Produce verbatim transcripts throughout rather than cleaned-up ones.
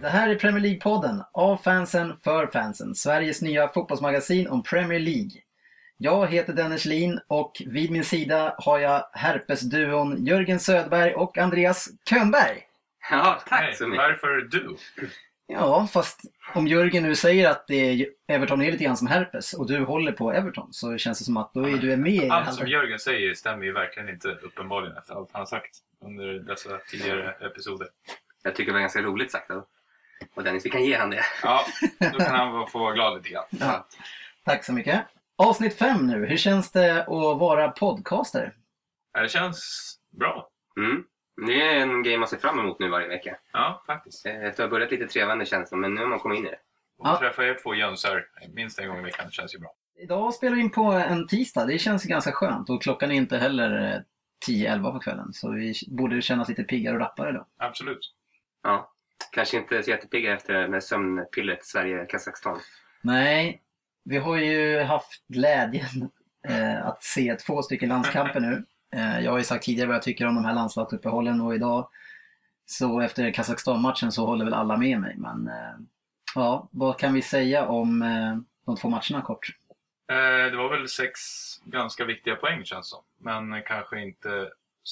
Det här är Premier League-podden av fansen för fansen. Sveriges nya fotbollsmagasin om Premier League. Jag heter Dennis Lin och vid min sida har jag herpesduon Jörgen Söderberg och Andreas Könberg. Ja, tack Nej, så mycket. Varför du? Ja, fast om Jörgen nu säger att det är, Everton är lite grann som herpes och du håller på Everton, så känns det som att då är du är med i Allt som Jörgen säger stämmer ju verkligen inte, uppenbarligen, efter allt han har sagt under dessa tidigare episoder. Jag tycker det var ganska roligt sagt då. Och Dennis, vi kan ge han det. Ja, då kan han få vara glad lite grann. Ja. Tack så mycket. Avsnitt fem nu. Hur känns det att vara podcaster? Det känns bra. Mm. Det är en grej man ser fram emot nu varje vecka. Ja, faktiskt. Det har börjat lite trevande känns det, men nu har man kommit in i det. Och Ja. träffa er två jönsar minst en gång i veckan känns ju bra. Idag spelar vi in på en tisdag. Det känns ganska skönt och klockan är inte heller tio elva på kvällen. Så vi borde kännas lite piggare och rappare då. Absolut. Ja. Kanske inte så jättepigga efter med sömnpillet Sverige-Kazakstan. Nej, vi har ju haft glädjen eh, att se två stycken landskamper nu. Eh, jag har ju sagt tidigare vad jag tycker om de här landslagsuppehållen och idag så efter Kazakstan-matchen så håller väl alla med mig. Men eh, ja, vad kan vi säga om eh, de två matcherna kort? Eh, det var väl sex ganska viktiga poäng känns som. Men kanske inte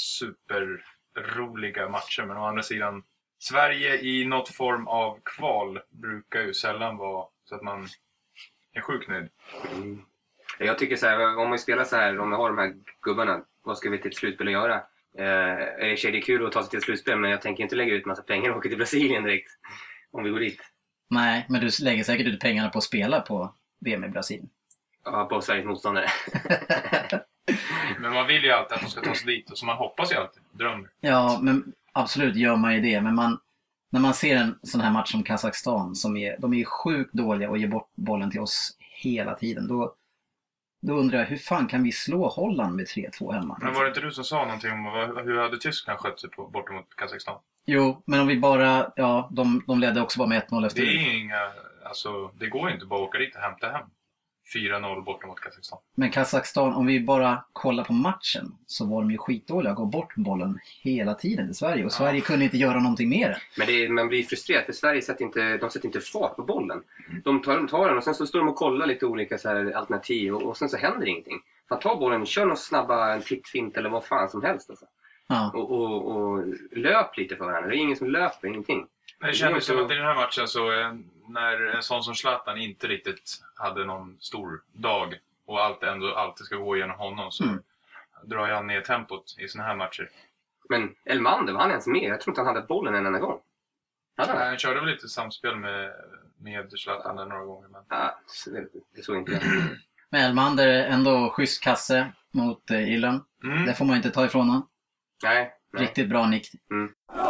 superroliga matcher. Men å andra sidan, Sverige i något form av kval brukar ju sällan vara så att man är sjukt nöjd. Mm. Jag tycker så här, om vi spelar så här, om vi har de här gubbarna, vad ska vi till ett slutspel att göra? Eh, det är kul att ta sig till ett slutspel, men jag tänker inte lägga ut massa pengar och åka till Brasilien direkt. Om vi går dit. Nej, men du lägger säkert ut pengarna på att spela på V M i Brasilien. Ja, på Sveriges motståndare. Men man vill ju alltid att de ska ta sig dit. Och så man hoppas ju alltid. Drömmer. Ja, men absolut gör man ju det. Men man, när man ser en sån här match som Kazakstan, som är, de är sjukt dåliga och ger bort bollen till oss hela tiden. Då, då undrar jag, hur fan kan vi slå Holland med tre två hemma? Men var det inte du som sa någonting om vad, hur hade Tyskland skött sig på, bort mot Kazakstan? Jo, men om vi bara, ja, de, de ledde också bara med ett noll efter. Det är inga, alltså det går ju inte bara att åka dit och hämta hem fyra noll bort mot Kazakstan. Men Kazakstan, om vi bara kollar på matchen så var de ju skitdåliga och går bort bollen hela tiden i Sverige. Och Sverige Ja. kunde inte göra någonting med det. Men det är, man blir frustrerad för Sverige sätter inte, de sätter inte fart på bollen. De tar, de tar den och sen så står de och kollar lite olika så här alternativ och, och sen så händer ingenting. Fan, ta bollen, kör någon snabba en tittfint eller vad fan som helst alltså. Ja. Och, och, och löp lite för varandra. Det är ingen som löper, ingenting. Men det kändes som att i den här matchen så eh, när en sån som Zlatan inte riktigt hade någon stor dag och allt ändå alltid ska gå igenom honom så Mm. drar jag ner tempot i såna här matcher. Men Elmander, var han ens med? Jag tror inte han hade bollen en enda gång. Hade han? Han körde väl lite samspel med, med Zlatan där några gånger. Men... Ja, det, det såg inte jag. Men Elmander är ändå schysst kasse mot eh, Irland. Mm. Det får man inte ta ifrån honom. Nej, nej. Riktigt bra nick. Mm.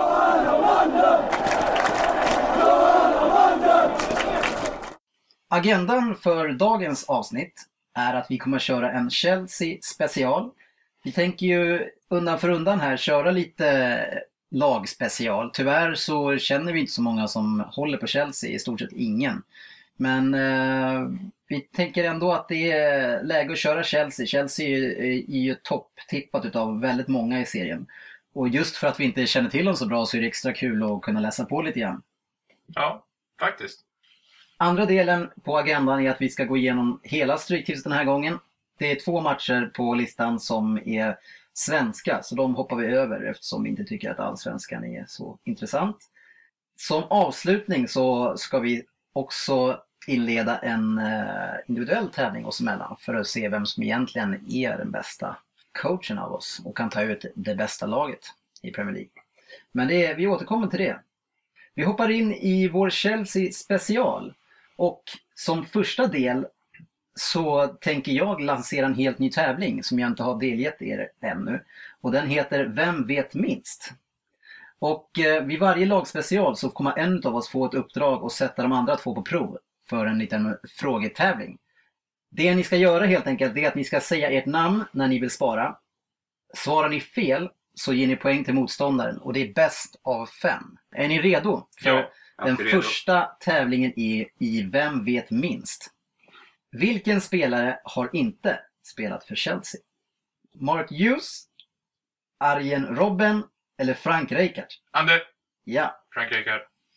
Agendan för dagens avsnitt är att vi kommer att köra en Chelsea special. Vi tänker ju undan för undan här köra lite lagspecial. Tyvärr så känner vi inte så många som håller på Chelsea, i stort sett ingen. Men eh, vi tänker ändå att det är läge att köra Chelsea. Chelsea är, är ju topptippat utav väldigt många i serien. Och just för att vi inte känner till dem så bra så är det extra kul att kunna läsa på lite grann. Ja, faktiskt. Andra delen på agendan är att vi ska gå igenom hela Stryktipset den här gången. Det är två matcher på listan som är svenska, så de hoppar vi över eftersom vi inte tycker att allsvenskan är så intressant. Som avslutning så ska vi också inleda en individuell tävling oss emellan för att se vem som egentligen är den bästa coachen av oss och kan ta ut det bästa laget i Premier League. Men det är, vi återkommer till det. Vi hoppar in i vår Chelsea special och som första del så tänker jag lansera en helt ny tävling som jag inte har delgett er ännu. Och den heter Vem vet minst? Och eh, vid varje lagspecial så kommer en av oss få ett uppdrag och sätta de andra två på prov för en liten frågetävling. Det ni ska göra helt enkelt är att ni ska säga ert namn när ni vill spara. Svarar ni fel så ger ni poäng till motståndaren och det är bäst av fem. Är ni redo för Ja, den redo. första tävlingen i, i Vem vet minst? Vilken spelare har inte spelat för Chelsea? Mark Hughes, Arjen Robben eller Frank Rijkaard? Ander, Ja, Frank Rijkaard.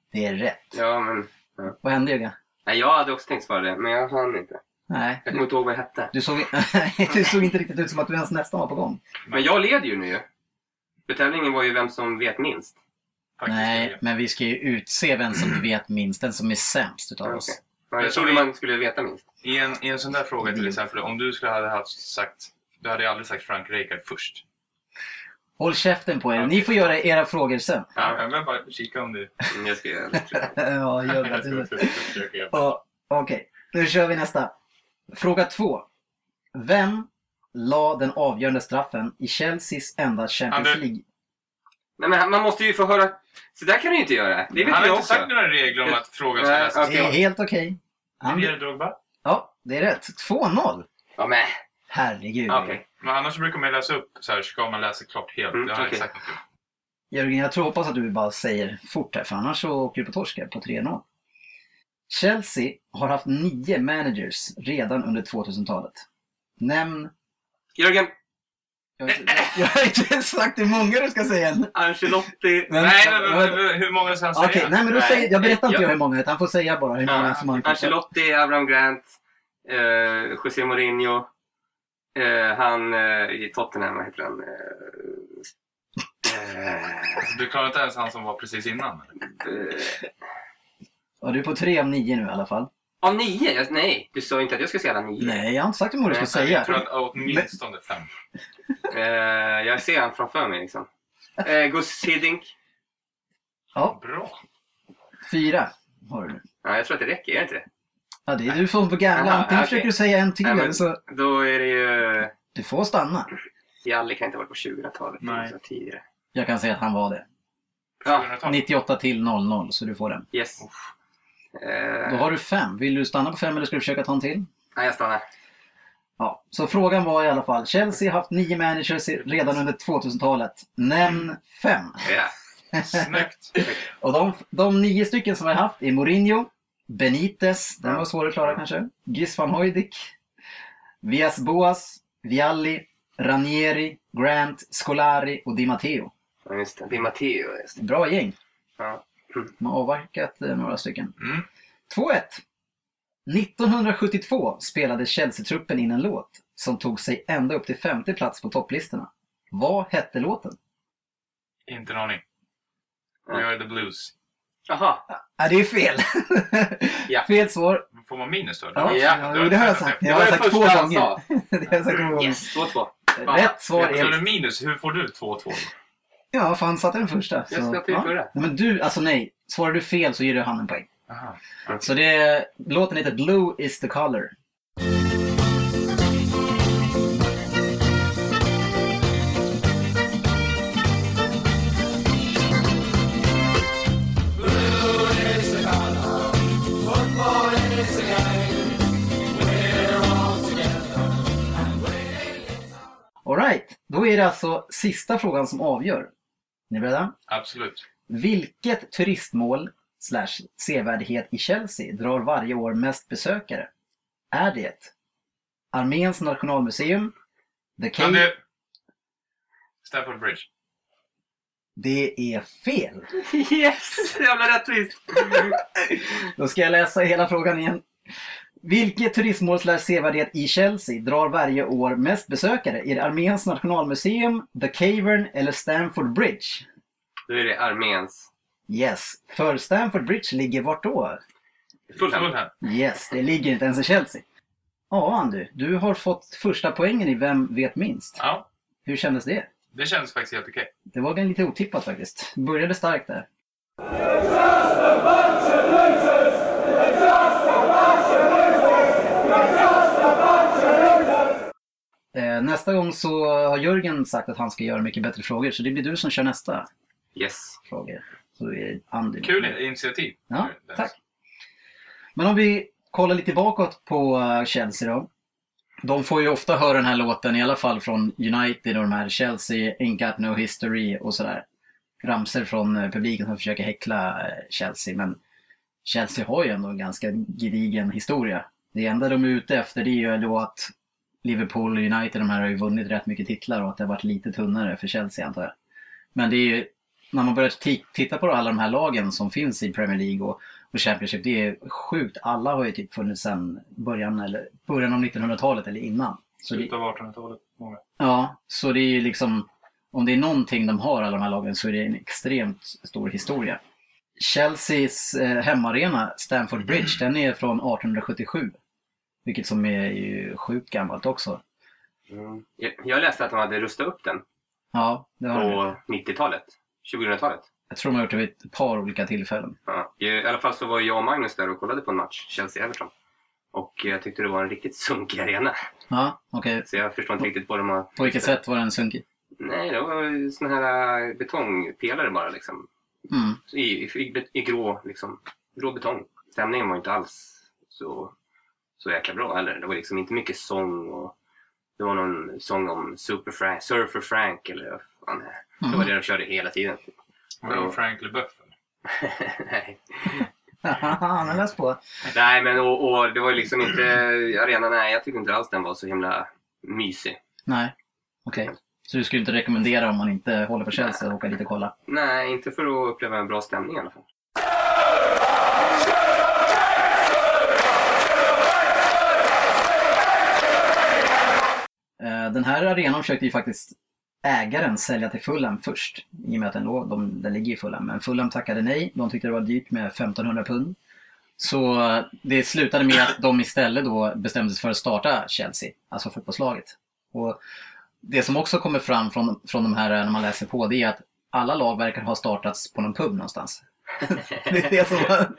Det är rätt. Ja, men... Ja. Vad hände, Jörgen? Nej, jag hade också tänkt svara det, men jag hann inte. Nej. Jag kommer inte ihåg vad jag hette. Du såg, du såg inte riktigt ut som att du ens nästan var på gång. Men jag leder ju nu ju. Betävlingen var ju vem som vet minst. Faktiskt. Nej, men vi ska ju utse vem som vet minst, den som är sämst utav Ja, oss. okej. Ja, jag trodde man skulle veta minst. I en, I en sån där fråga till exempel, om du skulle ha haft sagt, du hade aldrig sagt Frank Rijkaard först. Håll käften på er, ni får göra era frågor sen. Ja, jag vill bara kika om det. Mm, jag ska göra det. Ja, gör det. Försöker jag. Ja, Okej, nu kör vi nästa. Fråga två. Vem la den avgörande straffen i Chelseas enda Champions Ander. League? Nej, men man måste ju få höra... Så där kan du ju inte göra. Det vet Han har jag inte också. sagt några regler om att frågan ska Nej, läsas. okej. Det är helt okej. Okay. Han- Är det Drogba? Ja, det är rätt. två noll. Ja, men... Herregud. Okej. Men annars brukar man läsa upp så här, ska man läsa klart helt. Mm, Det har jag okej. inte sagt något om. Jörgen, jag tror hoppas att du bara säger fort här, för annars så åker du på torsk här på tre noll. Chelsea har haft nio managers redan under tvåtusentalet. Nämn... Jörgen, Jag har inte, jag har inte sagt hur många du ska säga än. Ancelotti... Men- Nej, men, men, men hur många ska han säga? Okej, nej men då Nej. säger, jag berättar inte Ja. jag hur många, utan han får säga bara hur många Ja, som han... Ancelotti, Abraham Grant, eh, José Mourinho, eh, han eh, i Tottenham, vad heter han? Eh, eh, Du klarar inte ens han som var precis innan? Eller? eh, Ja, du är på tre av nio nu i alla fall. av nio? Jag, nej, du sa inte att jag ska säga alla nio. Nej, jag har inte sagt hur många du ska Nej, säga. Jag tror att åtminstone fem. Eh, jag ser han framför mig liksom. Eh, Gus Hiddink. Ja, Bra. fyra har du nu. Ja, jag tror att det räcker, är det inte det? Ja, det är du som på gamla. Aha, Antingen okej. försöker du säga en till Nej, men- eller så... Då är det ju... Du får stanna. Jalli kan inte ha varit på tjugohundratalet. Nej. Det var tidigare. Jag kan säga att han var det. Ja, tjugohundratalet. nittioåtta till noll noll, så du får den. yes. Eh, Då har du fem. Vill du stanna på fem eller ska du försöka ta en till? Nej, jag stannar. Ja, så frågan var i alla fall. Chelsea har haft nio managers redan under tvåtusentalet. Nämn fem. Ja. Snyggt. Och de, de nio stycken som vi har haft är Mourinho, Benitez, den var svår att klara kanske, Gis van Hooydonk, Villas Boas, Vialli, Ranieri, Grant, Scolari och Di Matteo. Ja, just det. Det är Matteo. Just det. Bra gäng. Ja. De har avverkat eh, några stycken. Mm. två ett. nittonhundrasjuttiotvå spelade Chelsea-truppen in en låt som tog sig ända upp till femte plats på topplistorna. Vad hette låten? Inte en aning. We are the blues. Jaha. Ja, det är fel. Ja. Fel svar. Får man minus då? Ja, Ja, ja, det har jag sagt. Det Jag var har det sagt två första han gånger. sa. Det har jag sagt två gånger. Yes, två två. Rätt svar Så är det är... minus, hur får du två två? Ja, för han satte den första. Jag Så, satte ju ja. förra. Nej, men du, alltså nej. Svarar du fel så ger du han en poäng. Aha. Så det, låten heter Blue is the color. Alright, då är det alltså sista frågan som avgör. Ni beredda? Absolut. Vilket turistmål slash sevärdighet i Chelsea drar varje år mest besökare? Är det Arméns nationalmuseum, The Kan Cave? det... Stamford Bridge. Det är fel. Yes! Jävla rättvist. Då ska jag läsa hela frågan igen. Vilket turistmål slash sevärdighet i Chelsea drar varje år mest besökare? Är det Arméns nationalmuseum, The Cavern eller Stamford Bridge? Då är det arméns. Yes, för Stamford Bridge ligger vart då? Fulham. Fulham. Yes, det ligger inte ens i Chelsea. Ja, Andy, du har fått första poängen i Vem vet minst? Ja, Hur kändes det? det känns faktiskt helt okej. Det var lite otippat faktiskt. Började starkt där. Eh, Nästa gång så har Jörgen sagt att han ska göra mycket bättre frågor, så det blir du som kör nästa Yes. fråga. Så är det Andy. Kul initiativ. Ja, tack. Men om vi kollar lite bakåt på uh, Chelsea då. De får ju ofta höra den här låten, i alla fall från United och de här Chelsea, Ain't Got No History och sådär. Ramser från uh, publiken som försöker häckla uh, Chelsea, men Chelsea har ju ändå en ganska gedigen historia. Det enda de är ute efter det är ju då att Liverpool och United, de här har ju vunnit rätt mycket titlar och att det har varit lite tunnare för Chelsea antar jag. Men det är ju när man börjar t- titta på alla de här lagen som finns i Premier League och, och Championship, det är sjukt. Alla har ju typ funnits sedan början, eller början av nittonhundratalet eller innan. Så Slutet det, av artonhundratalet, många. ja, så det är ju liksom, om det är någonting de har alla de här lagen så är det en extremt stor historia. Chelseas eh, hemmaarena, Stamford Bridge, den är från arton sjuttiosju. Vilket som är ju sjukt gammalt också. Mm. Jag, jag läste att de hade rustat upp den Ja, det har de. på nittiotalet, tjugohundratalet. Jag tror de har gjort det vid ett par olika tillfällen. Ja. I, I alla fall så var jag och Magnus där och kollade på en match, Chelsea-Everton. Och jag tyckte det var en riktigt sunkig arena. Ja, okej. Okay. Så jag förstår inte riktigt vad de har... På vilket sätt var den sunkig? Nej, det var såna här betongpelare bara liksom. Mm. I, i, i grå, liksom, grå betong. Stämningen var inte alls så, så jäkla bra heller. Det var liksom inte mycket sång och det var någon sång om Super Frank, Surfer Frank eller vad fan det är. Mm. Det var det de körde hela tiden. Var det Frank LeBeuf? Nej. Han läs på. Nej, men och, och det var liksom inte arenan, nej, jag tycker inte alls den var så himla mysig. Nej, okej. Okay. Så du skulle inte rekommendera om man inte håller på Chelsea att åka dit och kolla? Nej, inte för att uppleva en bra stämning i alla fall. Den här arenan försökte ju faktiskt ägaren sälja till Fulham först. I och med att den, låg, de, den ligger i Fulham. Men Fulham tackade nej. De tyckte det var dyrt med femtonhundra pund. Så det slutade med att de istället då bestämde sig för att starta Chelsea. Alltså fotbollslaget. Och det som också kommer fram från, från de här när man läser på, det är att alla lag verkar ha startats på någon pub någonstans. Det är det som var...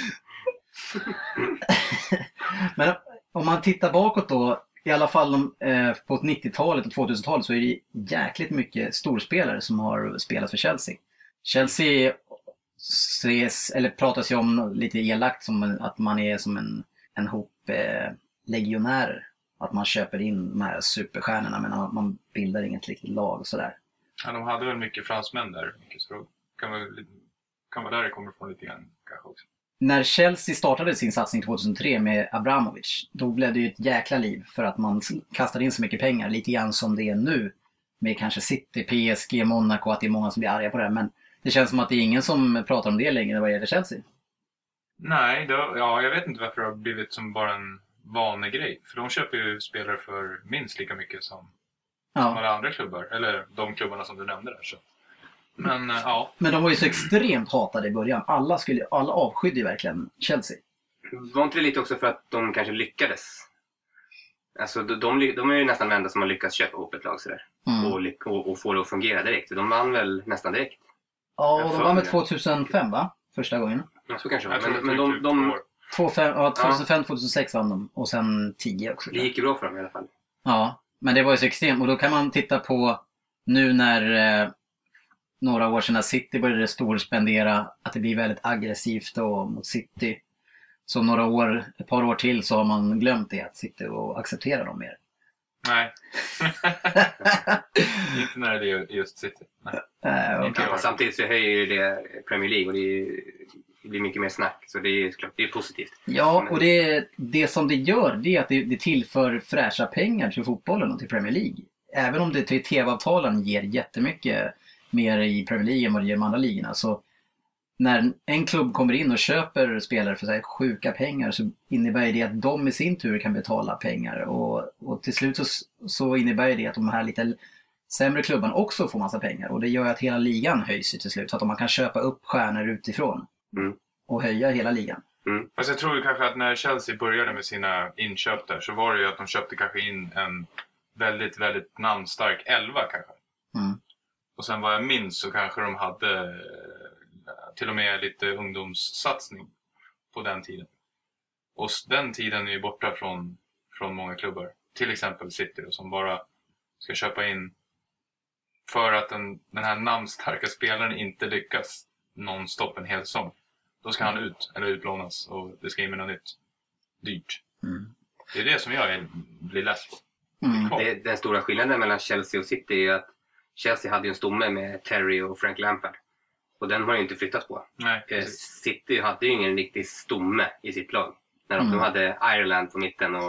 Men om man tittar bakåt då, i alla fall eh, på nittiotalet och tvåtusentalet, så är det jäkligt mycket storspelare som har spelat för Chelsea. Chelsea ses, eller pratas ju om lite elakt som att man är som en, en hop eh, legionärer. Att man köper in de här superstjärnorna men man bildar inget riktigt lag och sådär. Ja, de hade väl mycket fransmän där. Mycket, så kan vara, kan vara där det kommer från lite grann kanske också. När Chelsea startade sin satsning tjugohundratre med Abramovich, då blev det ju ett jäkla liv för att man kastade in så mycket pengar, lite grann som det är nu med kanske City, P S G, Monaco, att det är många som blir arga på det. Men det känns som att det är ingen som pratar om det längre vad gäller Chelsea. Nej, det, ja, jag vet inte varför det har blivit som bara en vanegrej. För de köper ju spelare för minst lika mycket som, ja. som alla andra klubbar. Eller de klubbarna som du nämnde där. Så. Men ja. Men de var ju så extremt hatade i början. Alla, skulle, alla avskydde ju verkligen Chelsea. Var inte det lite också för att de kanske lyckades? Alltså de, de, de är ju nästan de enda som har lyckats köpa ihop ett lag sådär. Mm. Och, och, och få det att fungera direkt. De vann väl nästan direkt. Ja, och de vann med tjugohundrafem va? Första gången. Ja, så kanske det var. Men, men de... de tjugohundrafem, ja, tjugohundrafem tjugohundrasex vann de. Och sen tio också. Det gick ju bra för dem i alla fall. Ja, men det var ju så extremt. Och då kan man titta på nu när... Eh, några år sedan när City började storspendera, att det blir väldigt aggressivt då mot City. Så några år, ett par år till så har man glömt det, att City och acceptera dem mer. Nej. Inte när det är just City. Nej. Äh, okay. Ja, samtidigt så höjer ju det Premier League och det, är, det blir mycket mer snack. Så det är klart, det är positivt. Ja, och det, det som det gör, det är att det, det tillför fräscha pengar till fotbollen och till Premier League. Även om det till tv-avtalen ger jättemycket mer i Premier League än vad det ger de andra ligorna. Så när en klubb kommer in och köper spelare för så här sjuka pengar, så innebär det att de i sin tur kan betala pengar. Och, och till slut så, så innebär det att de här lite sämre klubbarna också får massa pengar. Och det gör att hela ligan höjs till slut. Så att man kan köpa upp stjärnor utifrån mm. och höja hela ligan. Mm. Fast jag tror ju kanske att när Chelsea började med sina inköp där, så var det ju att de köpte kanske in en väldigt, väldigt namnstark elva kanske. Mm. Och sen vad jag minns så kanske de hade till och med lite ungdomssatsning på den tiden. Och den tiden är ju borta från, från många klubbar. Till exempel City då, som bara ska köpa in för att den, den här namnstarka spelaren inte lyckas non-stop en hel säsong. Då ska han ut, eller utlånas, och det ska in med något nytt. Dyrt. Mm. Det är det som jag blir less på. Mm. Det, den stora skillnaden mellan Chelsea och City är att Chelsea hade ju en stomme med Terry och Frank Lampard. Och den har ju inte flyttat på. Nej, eh, City hade ju ingen riktig stomme i sitt lag. När de, Mm. de hade Ireland på mitten och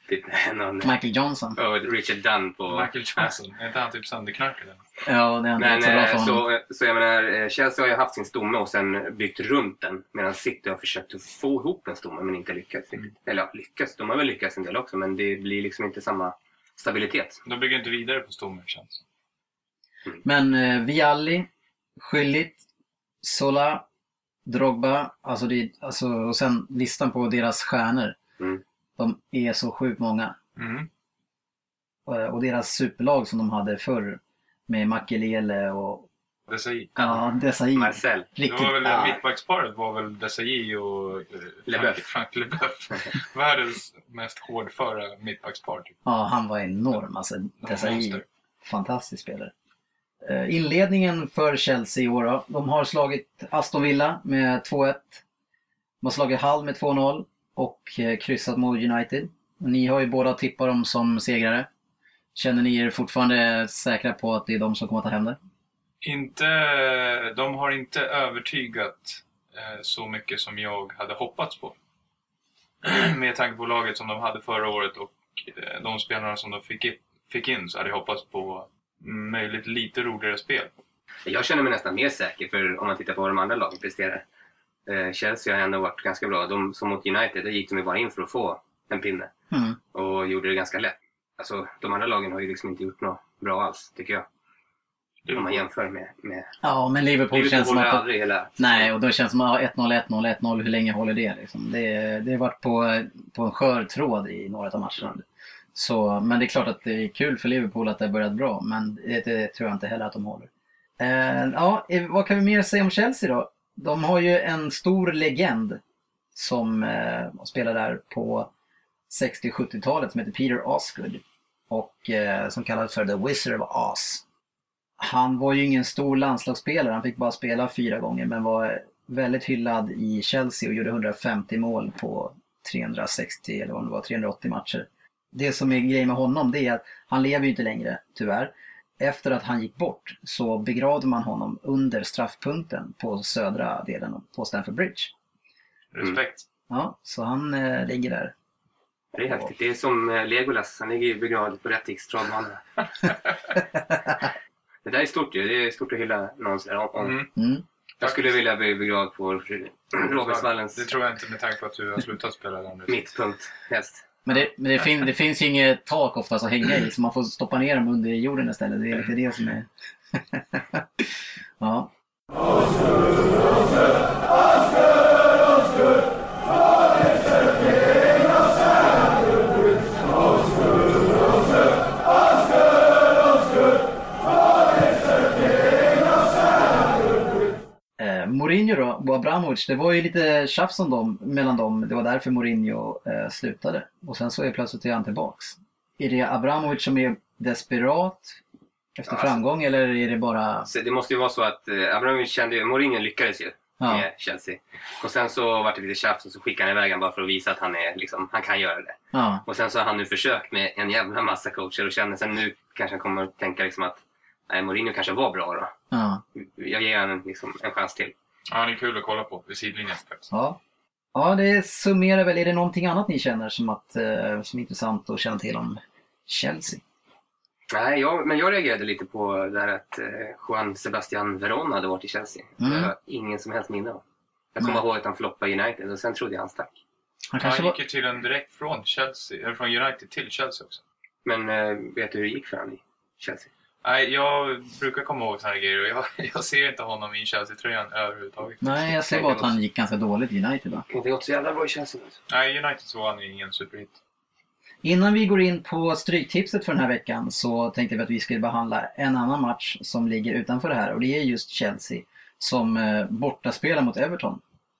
Typ någon... Michael Johnson. Och Richard Dunn på... Michael Johnson, är inte han typ sönderknarkad? Ja, det är Men inte så bra för eh, honom. så, så jag menar, Chelsea har ju haft sin stomme och sen byggt runt den. Medan City har försökt att få ihop en stomme men inte lyckats. Mm. Eller ja, lyckats. De har väl lyckats en del också men det blir liksom inte samma stabilitet. De bygger inte vidare på stommen, känns. Mm. Men eh, Vialli, Skyllit, Sola, Drogba, alltså, det, alltså och sen listan på deras stjärnor. Mm. De är så sjukt många. Mm. Och, och deras superlag som de hade förr med Makelele och Desai. ja, Desai. Marcel. Riktigt. Det var väl, ja. Mittbacksparet var väl Desai och eh, Leboeuf. Frank, Frank Leboeuf. Världens mest hårdföra mittbackspar. Typ. Ja, han var enorm. Alltså, Desai, monster. fantastisk spelare. Uh, inledningen för Chelsea i år då. De har slagit Aston Villa med två ett. De har slagit Hull med två noll och uh, kryssat mot United. Och ni har ju båda tippat dem som segrare. Känner ni er fortfarande säkra på att det är de som kommer att ta hem det? Inte, de har inte övertygat eh, så mycket som jag hade hoppats på. Med tanke på laget som de hade förra året och eh, de spelarna som de fick in, fick in så hade jag hoppats på möjligt lite roligare spel. Jag känner mig nästan mer säker för om man tittar på vad de andra lagen presterar. Eh, Chelsea har ändå varit ganska bra. De som mot United, där gick de ju bara in för att få en pinne. Mm. Och gjorde det ganska lätt. Alltså de andra lagen har ju liksom inte gjort något bra alls, tycker jag. Du, Om man jämför med... med... Ja, men Liverpool, Liverpool känns som håller att... aldrig hela... Nej, och då känns det som att ett noll, ett noll, ett noll, hur länge håller det liksom? Det, det har varit på, på en skör tråd i några av matcherna. Så, men det är klart att det är kul för Liverpool att det har börjat bra, men det, det tror jag inte heller att de håller. Eh, ja, vad kan vi mer säga om Chelsea då? De har ju en stor legend som eh, spelar där på sextio-sjuttiotalet som heter Peter Osgood och eh, som kallades för The Wizard of Oz. Han var ju ingen stor landslagsspelare, han fick bara spela fyra gånger men var väldigt hyllad i Chelsea och gjorde hundrafemtio mål på trehundrasextio eller vad det var, trehundraåttio matcher. Det som är grejen med honom det är att han lever ju inte längre, tyvärr. Efter att han gick bort så begravde man honom under straffpunkten på södra delen på Stamford Bridge. respekt. Ja, så han eh, ligger där. Det är häftigt. Det är som eh, Legolas. Han ligger ju begravd på rätt X-travbana. Det där är stort ju. Det är stort att hylla någon sådär. Om, Mm. Mm. Jag skulle vilja bli begravd på Robertsvallens Det tror jag inte med tanke på att du har slutat spela den. mittpunkt helst. Men, det, men det, fin, det finns ju inget tak oftast att hänga i så man får stoppa ner dem under jorden istället. Det är lite det som är... ja. Eh, Mourinho då, och Abramovic, det var ju lite tjafs om dem, mellan dem. Det var därför Mourinho eh, slutade. Och sen så är plötsligt han tillbaks. Är det Abramovic som är desperat efter Ja, framgång eller är det bara... Så det måste ju vara så att eh, Abramovic kände ju, Mourinho lyckades ju Ja. med Chelsea. Och sen så var det lite tjafs och så skickade han iväg han bara för att visa att han, är, liksom, han kan göra det. Ja. Och sen så har han nu försökt med en jävla massa coacher och känner sen nu kanske han kommer att tänka liksom att nej, Mourinho kanske var bra då. Ja. Jag ger honom liksom en chans till. Ja, han är kul att kolla på vid sidlinjen faktiskt. Ja. Ja, det summerar väl. Är det någonting annat ni känner som, att, eh, som är intressant att känna till om Chelsea? Nej, jag, men jag reagerade lite på det här att eh, Juan Sebastian Verona hade varit i Chelsea. Mm. Det har ingen som helst minne av. Jag kommer Nej. ihåg att han floppade i United och sen trodde jag han stack. Han kanske Han var... gick ju till en direkt från Chelsea, eller från United till Chelsea också. Men eh, vet du hur det gick för honom i Chelsea? Nej, jag brukar komma ihåg såna här grejer och jag, jag ser inte honom i Chelsea-tröjan överhuvudtaget. Nej, jag ser bara att han gick ganska dåligt i United va? Inte gått så jävla bra i Chelsea. Alltså. Nej, United så var han ingen superhit. Innan vi går in på stryktipset för den här veckan så tänkte vi att vi skulle behandla en annan match som ligger utanför det här. Och det är just Chelsea som eh, bortaspelar mot Everton.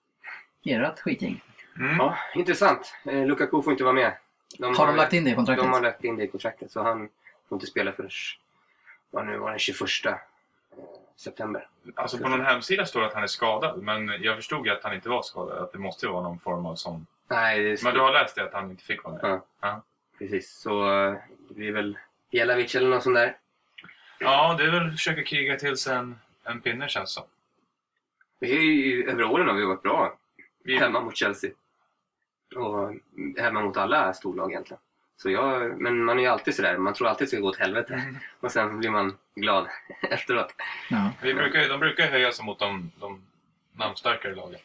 Ert skitgäng. Mm. Ja, intressant. Eh, Lukaku får inte vara med. De Har de lagt in det i kontraktet? De har lagt in det i kontraktet så han får inte spela förrän vad nu var den tjugoförsta september. Alltså på någon hemsida står det att han är skadad, men jag förstod ju att han inte var skadad. Att det måste vara någon form av sån. Nej, det är Men du har läst det att han inte fick vara med? Ja. Ja. Precis. Så eh, det blir väl Jelavic eller något sånt där. Ja, det är väl att försöka kriga till sig en, en pinne känns som. Vi är ju, över åren har vi varit bra Vi, hemma mot Chelsea. Och hemma mot alla storlag egentligen. Så jag, men man är ju alltid sådär, man tror alltid att det ska gå åt helvete. Mm. Och sen blir man glad efteråt. Ja. Vi brukar, de brukar höja sig mot de, de namnstarkare lagen.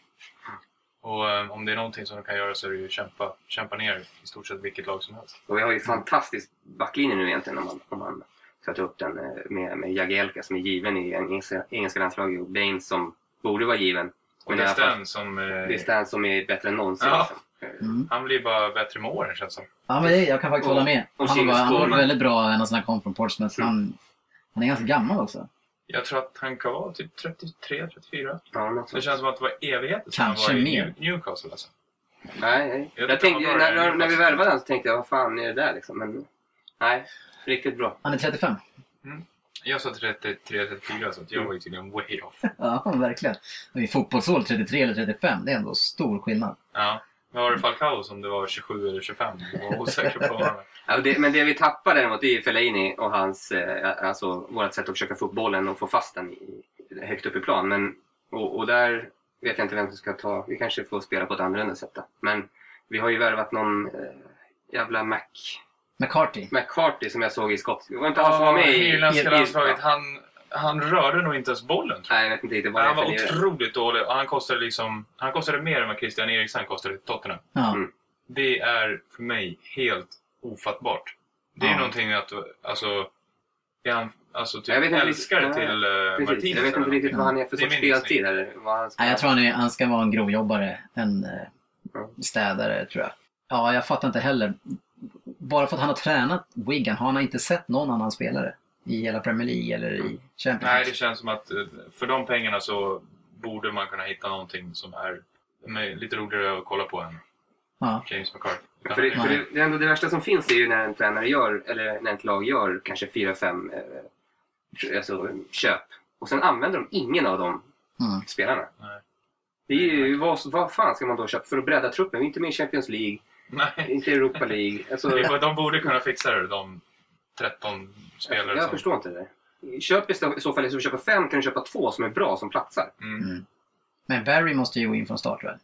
Och um, om det är någonting som de kan göra så är det ju kämpa, kämpa ner i stort sett vilket lag som helst. Och vi har ju fantastisk backlinje nu egentligen om man, om man ska ta upp den med, med Jagielka som är given i en engelska, engelska landslaget och Baines som borde vara given. Och det är Stan som, eh... det är Stan som är bättre än någonsin. Ja. Mm. Han blir bara bättre med åren känns det. Ja, men det, jag kan faktiskt och, hålla med. Han var, han var väldigt bra när han kom från Portsmouth. Mm. Han, han är ganska gammal också. Jag tror att han kan vara typ trettiotre trettiofyra. Ja, det känns som att det var evigheter som kanske han var mer. i Newcastle alltså. Nej, nej. Jag, jag tänkte, när, när, när vi värvade den så tänkte jag, vad fan är det där liksom? Men nej, riktigt bra. Han är trettiofem. Mm. Jag sa trettiotre trettiofyra så att jag var ju tydligen way off. Ja, verkligen. I fotbollsål trettiotre eller trettiofem, det är ändå stor skillnad. Ja. Var det Falcao som det var tjugosju eller tjugofem? Jag var osäker på honom. Ja, det, men det vi tappar däremot är Fellaini och hans, eh, alltså vårt sätt att försöka få bollen och få fast den i, högt upp i plan. Men, och, och där vet jag inte vem som ska ta, vi kanske får spela på ett annorlunda sätt. Men vi har ju värvat någon eh, jävla Mac... McCarthy. McCarthy som jag såg i skott. Det var inte han som var med i... I irländska landslaget, han... Han rörde nog inte ens bollen tror jag. Nej, jag vet inte riktigt vad han var otroligt dålig och han kostade liksom han kostade mer än vad Christian Eriksen kostade i Tottenham. Ja. Mm. Det är för mig helt ofattbart. Det är ja. någonting att alltså är han alltså typ jag vet inte älskare riktigt, till uh, Martinez. Jag vet inte riktigt vad han är för sorts speltid eller vad han ska. Nej, jag tror han, är, han ska vara en grovjobbare, en uh, mm. städare tror jag. Ja, jag fattar inte heller. Bara för att han har tränat Wigan har han inte sett någon annan spelare i hela Premier League eller i Champions League. Nej, det känns som att för de pengarna så borde man kunna hitta någonting som är lite roligare att kolla på än ja. James McCarthy. För, det, för det, det, ändå det värsta som finns är ju när en tränare gör, eller när ett lag gör kanske fyra, fem eh, alltså, köp. Och sen använder de ingen av de mm. spelarna. Nej. Det är ju, vad, vad fan ska man då köpa för att bredda truppen? Vi är inte med i Champions League, Nej. inte i Europa League. Alltså, de borde kunna fixa det, de tretton spelare jag, jag som... förstår inte det. Köp i så fall, så köpa fem kan du köpa två som är bra, som platsar. Mm. Mm. Men Barry måste ju gå in från start väl?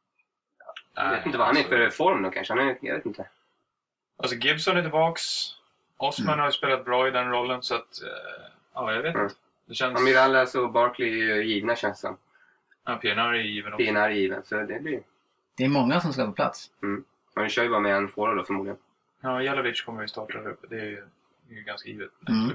Jag vet inte vad han är för form då kanske. Han är, jag vet inte. Alltså Gibson är tillbaks. Osman mm. har ju spelat bra i den rollen så att... Uh, ja, jag vet mm. inte. Det känns... Amirallas och Barkley är givna känns som. Ja, P N R är given också. P N R är given, så det blir... Det är många som ska på plats. Mm. Man kör ju bara med en forward då förmodligen. Ja, Jalovic kommer ju starta där uppe. Det är ju, det är ju ganska givet. Mm.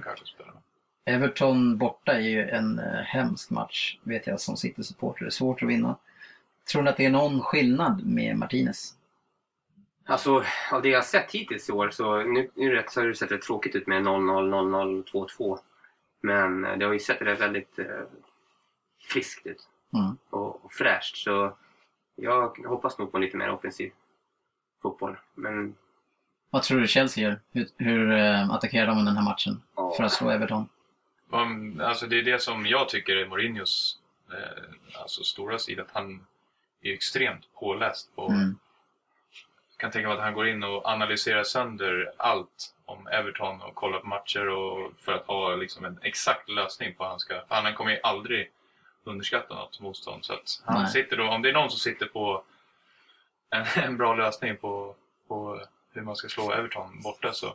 Everton borta är ju en uh, hemsk match, vet jag, som sitter supporter. Det är svårt att vinna. Tror ni att det är någon skillnad med Martinez? Alltså, av det jag har sett hittills i år så nu, nu rätt, så har det sett rätt tråkigt ut med noll noll, noll noll, två två. Men det har ju sett det väldigt eh, friskt ut. Mm. Och, och fräscht. Så jag hoppas nog på lite mer offensiv fotboll. Men... Vad tror du Chelsea gör? Hur, hur äh, attackerar de den här matchen ja. för att slå Everton? Um, alltså det är det som jag tycker är Mourinhos eh, alltså stora sida. Att han är extremt påläst på... Mm. Jag kan tänka mig att han går in och analyserar sönder allt om Everton och kollar på matcher och för att ha liksom en exakt lösning på han ska... Han kommer ju aldrig underskatta något motstånd. Så att han Nej. sitter då, om det är någon som sitter på en, en bra lösning på, på hur man ska slå Everton borta så,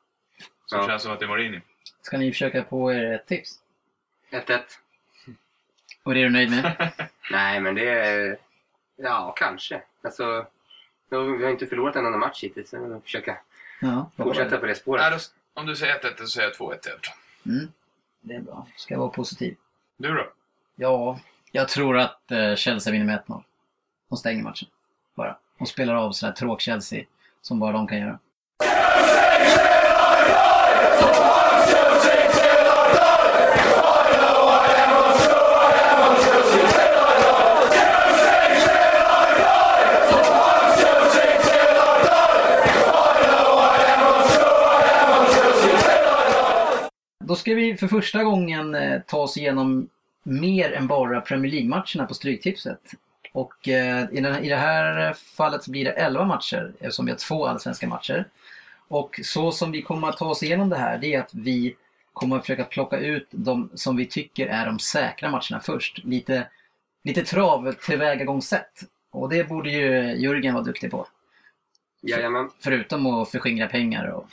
så ja. känns det som att det är Mourinho. Ska ni försöka på er ett tips? ett ett. Och det är du nöjd med? Nej, men det är... Ja, kanske. Alltså... Vi har inte förlorat en annan match hittills. Så vi försöka ja, fortsätta på det spåret. Nej, då, om du säger ett ett så säger jag två ett. Mm, det är bra. Ska vara positiv. Du då? Ja, jag tror att uh, Chelsea vinner med ett noll. De stänger matchen. Bara. Och spelar av sådär tråk Chelsea som bara de kan göra. Då ska vi för första gången eh, ta oss igenom mer än bara Premier League-matcherna på Stryktipset. Och eh, i, den, i det här fallet så blir det elva matcher eftersom vi har två allsvenska matcher. Och så som vi kommer att ta oss igenom det här, det är att vi kommer att försöka plocka ut de som vi tycker är de säkra matcherna först. Lite, lite trav tillvägagångssätt. Och det borde ju Jörgen vara duktig på. Jajamän. Förutom att förskingra pengar. Och...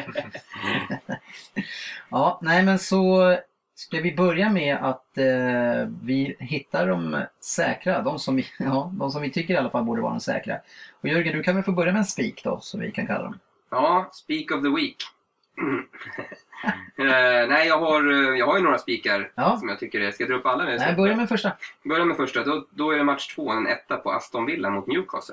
ja, nej men så ska vi börja med att eh, vi hittar de säkra, de som, vi, ja, de som vi tycker i alla fall borde vara de säkra. Och Jörgen, du kan väl få börja med en spik då, som vi kan kalla dem. Ja, speak of the week. uh, nej, jag har, jag har ju några spikar ja. som jag tycker är... Ska jag dra upp alla? Nej, nej börja med första. Börja med första. Då, då är det match två, en etta på Aston Villa mot Newcastle.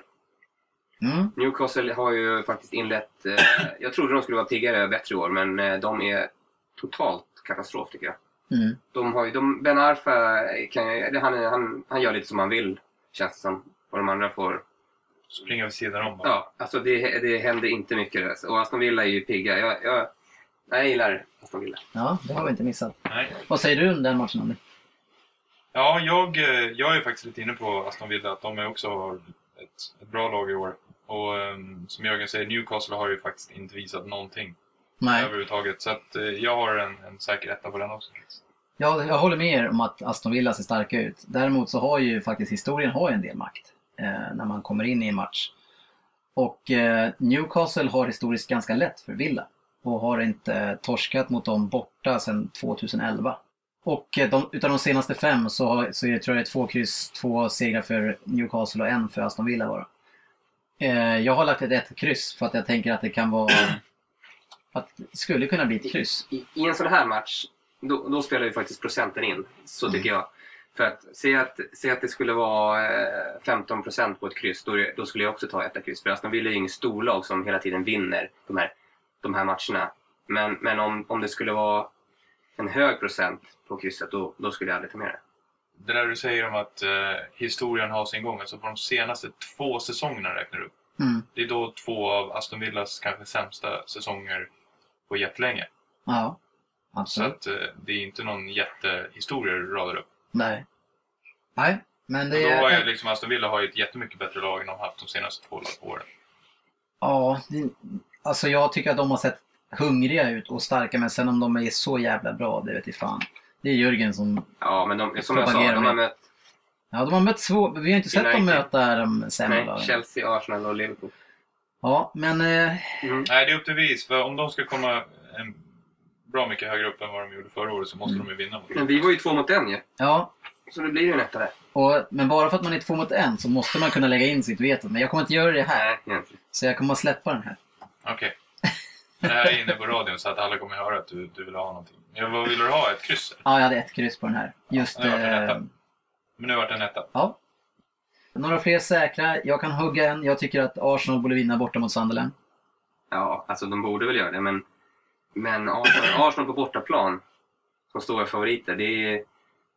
Mm. Newcastle har ju faktiskt inlett... Uh, jag trodde de skulle vara piggare och bättre i år, men uh, de är totalt katastrof tycker jag. Mm. De har ju... De, Ben Arfa, kan, han, han, han gör lite som han vill, känns det som. Och de andra får... Springa vid sidan om bara. Ja, alltså det, det händer inte mycket. Och Aston Villa är ju pigga. Jag, jag, jag gillar Aston Villa. Ja, det har vi inte missat. Nej. Vad säger du om den matchen, Andy? Ja, jag, jag är faktiskt lite inne på Aston Villa. Att de är också ett, ett bra lag i år. Och um, som Jörgen säger, Newcastle har ju faktiskt inte visat någonting. Nej. Överhuvudtaget. Så att, uh, jag har en, en säker etta på den också. Ja, jag håller med er om att Aston Villa ser starka ut. Däremot så har ju faktiskt historien har en del makt. Eh, när man kommer in i en match. Och eh, Newcastle har historiskt ganska lätt för Villa. Och har inte torskat mot dem borta sedan tjugoelva. Och eh, de, utav de senaste fem så, har, så är det, tror jag, två kryss, två segrar för Newcastle och en för Aston Villa bara. Eh, jag har lagt ett ett kryss för att jag tänker att det kan vara... att det skulle kunna bli ett kryss. I, i en sån här match, då, då spelar ju faktiskt procenten in. Så tycker jag. För att se att, se att det skulle vara femton procent på ett kryss, då, då skulle jag också ta ett kryss. För Aston Villa är ju ingen storlag som hela tiden vinner de här, de här matcherna. Men, men om, om det skulle vara en hög procent på krysset, då, då skulle jag aldrig ta med det. Det där du säger om att eh, historien har sin gång, alltså på de senaste två säsongerna räknar upp. Mm. Det är då två av Aston Villas kanske sämsta säsonger på jättelänge. Ja, absolut. Så att eh, det är inte någon jättehistoria du radar upp. Nej. Nej, men det då är... har jag liksom, Aston Villa har ju ett jättemycket bättre lag än de haft de senaste två åren. Ja, det, alltså jag tycker att de har sett hungriga ut och starka, men sen om de är så jävla bra, det vet jag fan. Det är Jörgen som... Ja, men de, som jag sa, de har mött... Ja, de har mött svår... Vi har inte sett dem möta de sämre lagen. Chelsea, Arsenal och Liverpool. Ja, men... Eh... Mm. Nej, det är upp till vis. För om de ska komma en bra mycket högre upp än vad de gjorde förra året så måste mm. de ju vinna. Men vi var ju två mot en ju. Ja. Så det blir ju en etta där. Och, men bara för att man är två mot en så måste man kunna lägga in sitt veto. Men jag kommer inte göra det här. Nej, inte. Så jag kommer att släppa den här. Okej. Okay. Det här är inne på radion så att alla kommer att höra att du, du vill ha någonting. Men vad vill du ha? Ett kryss? Eller? Ja, jag hade ett kryss på den här. Just, ja, det eh... Men nu har det en etta. Ja. Några fler säkra. Jag kan hugga en. Jag tycker att Arsenal borde vinna borta mot Sunderland. Ja, alltså de borde väl göra det. Men, men Arsenal, Arsenal på bortaplan som stora favoriter, det är,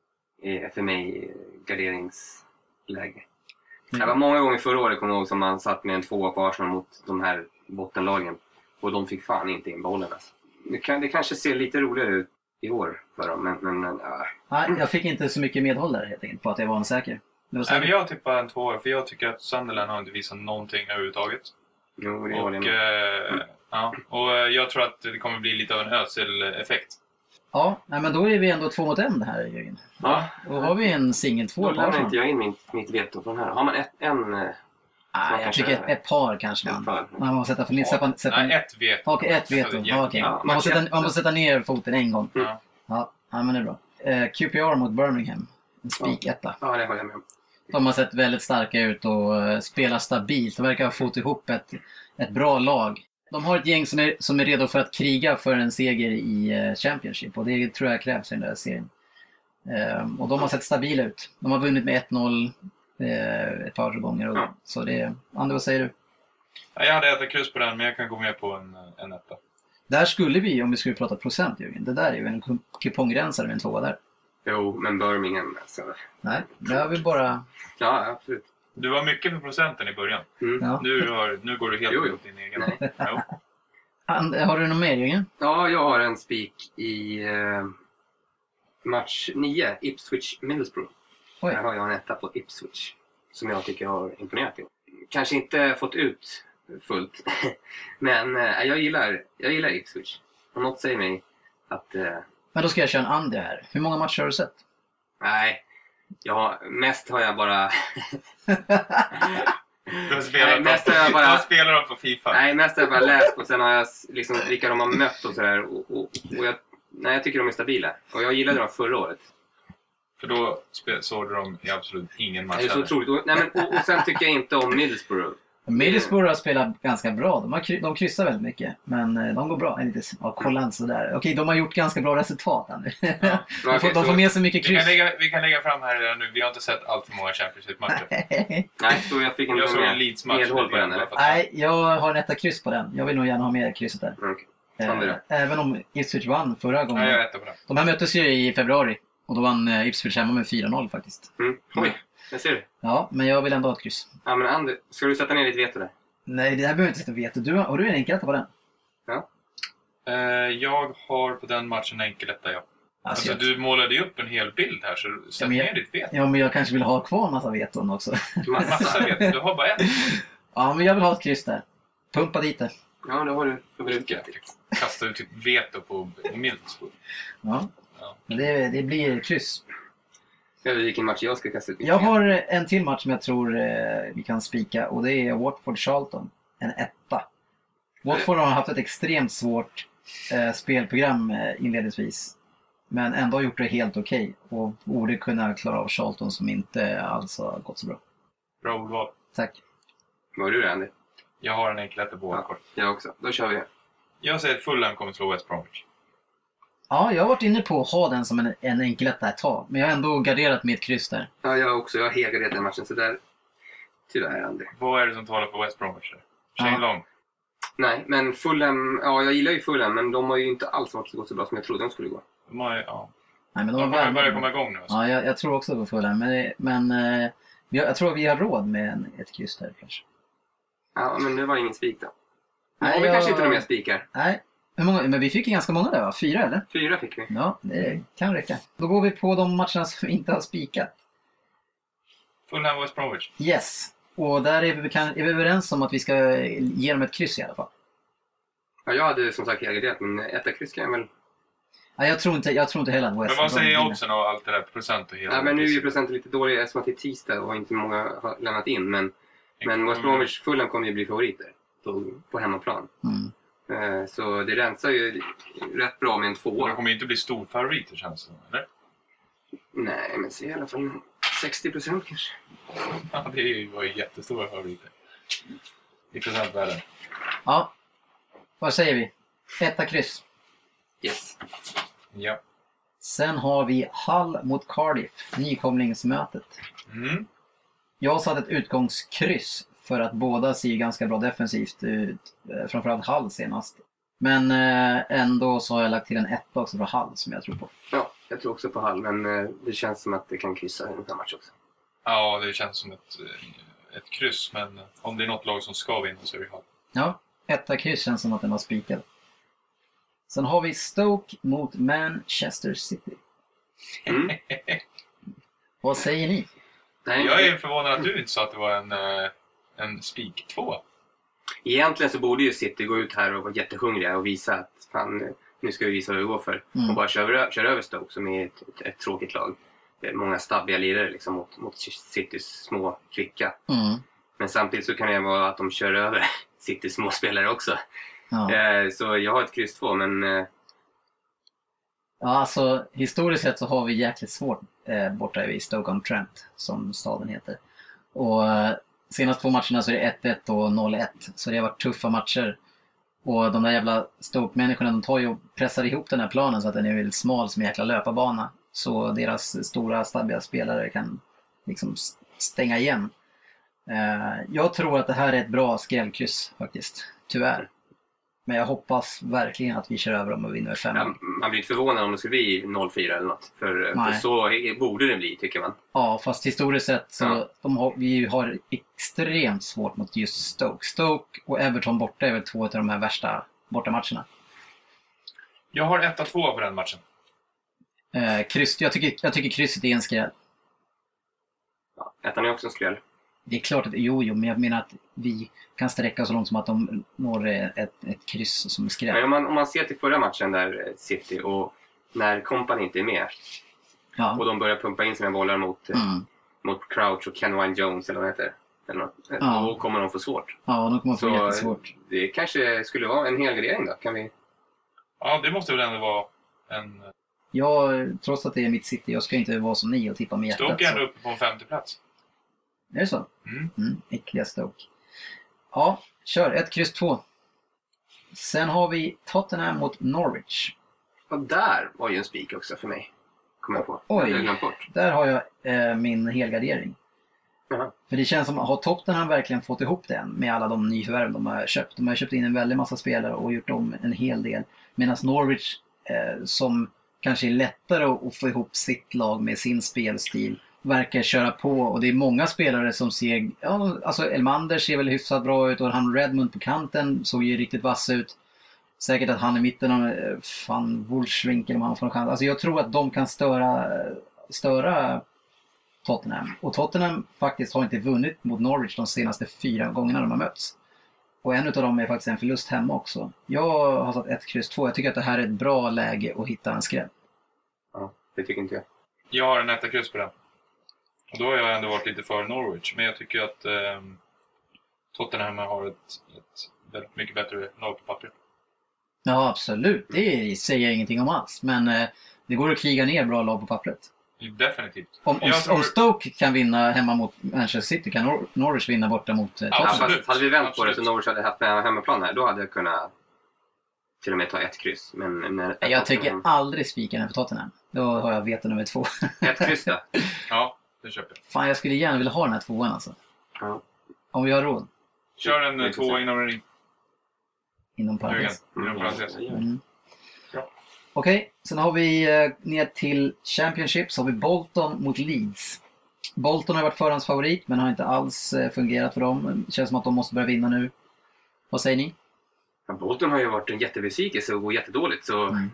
är för mig garderingsläge. Mm. Det var många gånger förra året, kommer jag ihåg, som man satt med en tvåa på Arsenal mot de här bottenlagen. Och de fick fan inte in bollen. Alltså. Det, kan, det kanske ser lite roligare ut i år för dem, men... men, men ja. Nej, jag fick inte så mycket medhåll där helt enkelt på att jag var en säker. Nej, men jag tippar en tvåa, för jag tycker att Sunderland har inte visat någonting överhuvudtaget. Jo, det och, eh, ja, och jag tror att det kommer bli lite av en Özil-effekt. Ja, nej, men då är vi ändå två mot en här, Jörgen. Ja. Då har vi en singel två. Då lämnar inte jag in mitt, mitt veto från här. Har man ett, en... Ah, jag tycker ett, ett par kanske man. Par. Man måste sätta för ja. sätta, sätta, Nej, ett veto. Okej, ett veto. Ja, okay. ja, man, måste sätta, man måste sätta ner foten en gång. Mm. Ja, ja, men det är bra. Uh, Q P R mot Birmingham. En spiketta. Ja, det håller jag med om. De har sett väldigt starka ut och uh, spelar stabilt. De verkar ha fått ihop ett, ett bra lag. De har ett gäng som är, som är redo för att kriga för en seger i uh, Championship. Och det tror jag krävs i den där serien. Uh, och de har sett stabila ut. De har vunnit med ett noll ett par gånger. Och, ja. Så det, Ander, vad säger du? Ja, jag hade ätit kryss på den, men jag kan gå med på en, en etta. Där skulle vi, om vi skulle prata procent, Jörgen. Det där är ju en kuponggränsare med en tvåa där. Jo, men Birmingham alltså. Nej, det har vi bara... Ja, absolut. Du var mycket för procenten i början. Mm. Ja. Nu, har, nu går du helt jo, jo. mot din egen. Jo. And, har du någon mer, Jörgen? Ja, jag har en spik i eh, match nio, Ipswich-Middlesbrough. Oj. Här har jag en etta på Ipswich som jag tycker har imponerat i. Kanske inte fått ut fullt, men eh, jag, gillar, jag gillar Ipswich. Och något säger mig att... Eh, men då ska jag köra en andra här. Hur många matcher har du sett? Nej, jag har, mest har jag bara... Då spelar, Nej, de, mest på, har jag bara- då spelar de på FIFA. Nej, mest har jag bara läst och sen har jag s- liksom vilka de har mött och sådär. Och, och, och jag, nej, jag tycker de är stabila. Och jag gillade dem förra året. För då spe, såg de i absolut ingen match Det är så heller. otroligt. Och, nej, men, och, och sen tycker jag inte om Middlesbrough. Middlesbrough har spelat ganska bra. De, har, kry- de kryssar väldigt mycket. Men eh, de går bra. Äh, Lite, ja, kolla inte sådär. Okej, de har gjort ganska bra resultat. Här. Ja. de, får, Okej, de får så- med sig mycket Vi kan, kryss. lägga, vi kan lägga fram här redan nu. Vi har inte sett allt för många Champions League-matcher. Nej, så jag fick inte Jag såg en med Leeds-match. medhåll på den, eller? Nej, jag har en etta kryss på den. Jag vill nog gärna ha med krysset där. Mm, okej. Ta med Eh, det. även om Ipswich vann förra gången. Nej, jag rättar på det. De här möttes ju i februari. Och då vann eh, Ipswich hemma med fyra noll faktiskt. Mm. Oj, jag ser det. Ja, men jag vill ändå ha ett kryss. Ja, men Ander, ska du sätta ner ditt veto där? Nej, det här behöver inte sitta och veta. Du, har du en enkeletta på den? Eh, jag har på den matchen enkeletta, ja. Alltså, Alltså, jag, du målade ju upp en hel bild här, så sätt Ja, men jag- ner ditt veto. ja, men jag kanske vill ha kvar en massa veton också. Massa. Massa veto, du har bara ett. Ja, men jag vill ha ett kryss där. Pumpa dit det. Ja, det har du förbrukat. Kasta ut typ veto på Middlesbrough. Ja. Ja. Men det, det blir kryss. Jag vet vilken match jag ska kasta ut. Jag har en till match som jag tror eh, vi kan spika. Och det är Watford-Charlton. En etta. Watford har haft ett extremt svårt eh, spelprogram eh, inledningsvis. Men ändå har gjort det helt okej. Och borde kunna klara av Charlton som inte alls har gått så bra. Bra ordval. Tack. Vad har du det, Andy? Jag har en enkeletta på Ja, kort. jag också. Då kör vi. Jag säger att Fulham kommer slå West Bromwich. Ja, jag har varit inne på att ha den som en, en enkeletta ett tag. Men jag har ändå garderat med ett kryss där. Ja, jag också. Jag har hegat den matchen. Så där... Tyvärr, Andy. Vad är det som talar för West Bromwich? Där? Shane Ja. Long. Nej, men Fulham... Ja, jag gillar ju Fulham, men de har ju inte alls varit så gått så bra som jag trodde de skulle gå. De har, ja. Nej, men de de har har börjat komma igång nu. Alltså. Ja, jag, jag tror också på Fulham. Men, men eh, jag, jag tror att vi har råd med en, ett kryss där kanske. Ja, men det var ingen spik då. Nu Nej, har vi jag- kanske inte några mer spikar. Nej, hur många, men vi fick ju ganska många där va? Fyra eller? Fyra fick vi. Ja, det kan räcka. Då går vi på de matcherna som vi inte har spikat. Fulham West Bromwich. Yes. Och där är vi, kan, är vi överens om att vi ska ge dem ett kryss i alla fall. Ja, jag hade som sagt hegat, men etta kryss kan jag väl... Nej, jag tror inte, jag tror inte heller att West Men vad Brom säger vinner. oddsen och allt det där? Procent och hela... Ja, men nu är ju procenten lite dålig eftersom att det är tisdag och inte många har lämnat in. Men, men West Bromwich Fulham kommer ju bli favoriter på, på hemmaplan. Mm. Eh, Så det rensar ju rätt bra med en tvåa. De kommer ju inte bli storfavoriter, känns det som, eller? Nej, men se i alla fall sextio procent kanske. Ja, det är ju- var ju jättestora favoriter. I procentvärden. Ja, vad säger vi? Etta kryss. Yes. Ja. Sen har vi Hull mot Cardiff, nykomlingsmötet. Mm. Jag satt ett utgångskryss för att båda ser ganska bra defensivt ut, eh, framförallt Hull senast. Men eh, ändå så har jag lagt till en etta också för Hull som jag tror på. Ja, jag tror också på Hall, men eh, det känns som att det kan kryssa i den här matchen också. Ja, det känns som ett, ett kryss, men om det är något lag som ska vinna så är det Hull. Ja, etta kryss känns som att den var spikad. Sen har vi Stoke mot Manchester City. Mm. Vad säger ni? Nej, Jag är förvånad att du inte sa att det var en, eh, en spik två. Egentligen så borde ju City gå ut här och vara jättehungriga och visa att fan, nu ska vi visa vad vi går för. Mm. Och bara köra, köra över Stoke som är ett, ett, ett tråkigt lag. Det är många stabbiga lirare liksom, mot, mot Citys små kvicka. Mm. Men samtidigt så kan det vara att de kör över Citys små spelare också. Ja. Eh, så jag har ett kryss två, men eh, ja, alltså historiskt sett så har vi jäkligt svårt eh, borta i Stoke-on-Trent, som staden heter. Och eh, senaste två matcherna så är det ett ett och noll ett, så det har varit tuffa matcher. Och de där jävla Stoke-människorna, de tar ju och pressar ihop den här planen så att den är väldigt smal som en jäkla löparbana. Så deras stora, stabbiga spelare kan liksom s- stänga igen. Eh, jag tror att det här är ett bra skrällkryss faktiskt, tyvärr. Men jag hoppas verkligen att vi kör över dem och vinner med fem noll. ja, man blir inte förvånad om det skulle bli noll fyra eller något. För, för Nej. så är- borde det bli, tycker man. Ja, fast historiskt sett så Ja. de har, vi har extremt svårt mot just Stoke. Stoke och Everton borta är väl två av de här värsta bortamatcherna. Jag har ett två på den matchen. Eh, kryss, jag, tycker, jag tycker krysset är en skräll. Ja, ettan är också en skräll. Det är klart att, jo, jo, men jag menar att vi kan sträcka så långt som att de når ett, ett kryss som är Men skräll. om man, om man ser till förra matchen där eh, City och när Kompany inte är med och Ja. de börjar pumpa in sina bollar mot, eh, Mm. mot Crouch och Kenwine Jones eller vad det heter. Eller något. Ja. Då kommer de få svårt. Ja, de kommer få Så jättesvårt. det kanske skulle vara en helgardering då. Kan vi... Ja, det måste väl ändå vara en... Jag, trots att det är mitt City, jag ska inte vara som ni och tippa med hjärtat. Stoke är ändå Så. uppe på en femte plats. Är det så? Mm. Mm, äckliga Stoke. Ja, kör. ett kryss två. Sen har vi Tottenham mot Norwich. Och där var ju en spik också för mig. Kommer jag på. Oj. Jag hade glömt bort. Där har jag eh, min helgardering. Jaha. För det känns som, har Tottenham verkligen fått ihop det än med alla de nyförvärv de har köpt? De har köpt in en väldig massa spelare och gjort om en hel del. Medan Norwich, eh, som kanske är lättare att få ihop sitt lag med sin spelstil, verkar köra på. Och det är många spelare som ser, ja, alltså Elmander ser väl hyfsat bra ut och han Redmond på kanten såg ju riktigt vass ut. Säkert att han i mitten av fan Wolfswinkel om han får en chans. Alltså jag tror att de kan störa, störa Tottenham. Och Tottenham faktiskt har inte vunnit mot Norwich de senaste fyra gångerna de har mötts. Och en av dem är faktiskt en förlust hemma också. Jag har satt ett kryss två. Jag tycker att det här är ett bra läge att hitta en skräll. Ja, det tycker inte jag. Jag har en etta kryss på den. Och då har jag ändå varit lite för Norwich. Men jag tycker att eh, Tottenham har ett, ett väldigt mycket bättre lag på papper. Ja, absolut. Det säger jag ingenting om alls. Men eh, det går att kriga ner bra lag på pappret. Definitivt. Om, om, Jag tror- om Stoke kan vinna hemma mot Manchester City kan Nor- Norwich vinna borta mot eh, Ja, Tottenham. Absolut. fast hade vi vänt på det Absolut. så Norwich hade haft med hemmaplan här, då hade jag kunnat till och med ta ett kryss. Men när, Jag tycker aldrig spika den för Tottenham. Då har jag veto nummer två. ett kryss då. Ja, det köper jag. Fan, jag skulle gärna vilja ha den här tvåan alltså. Ja. Om vi har råd. Kör en Vi eh, får tvåa se. inom ring. Inom Jörgen, parentes. inom parentes. Mm. Ja. Okej, sen har vi eh, ner till Championship så har vi Bolton mot Leeds. Bolton har varit förhandsfavorit men har inte alls eh, fungerat för dem. Det känns som att de måste börja vinna nu. Vad säger ni? Ja, Bolton har ju varit en jättebesvikelse och går jättedåligt så... Mm.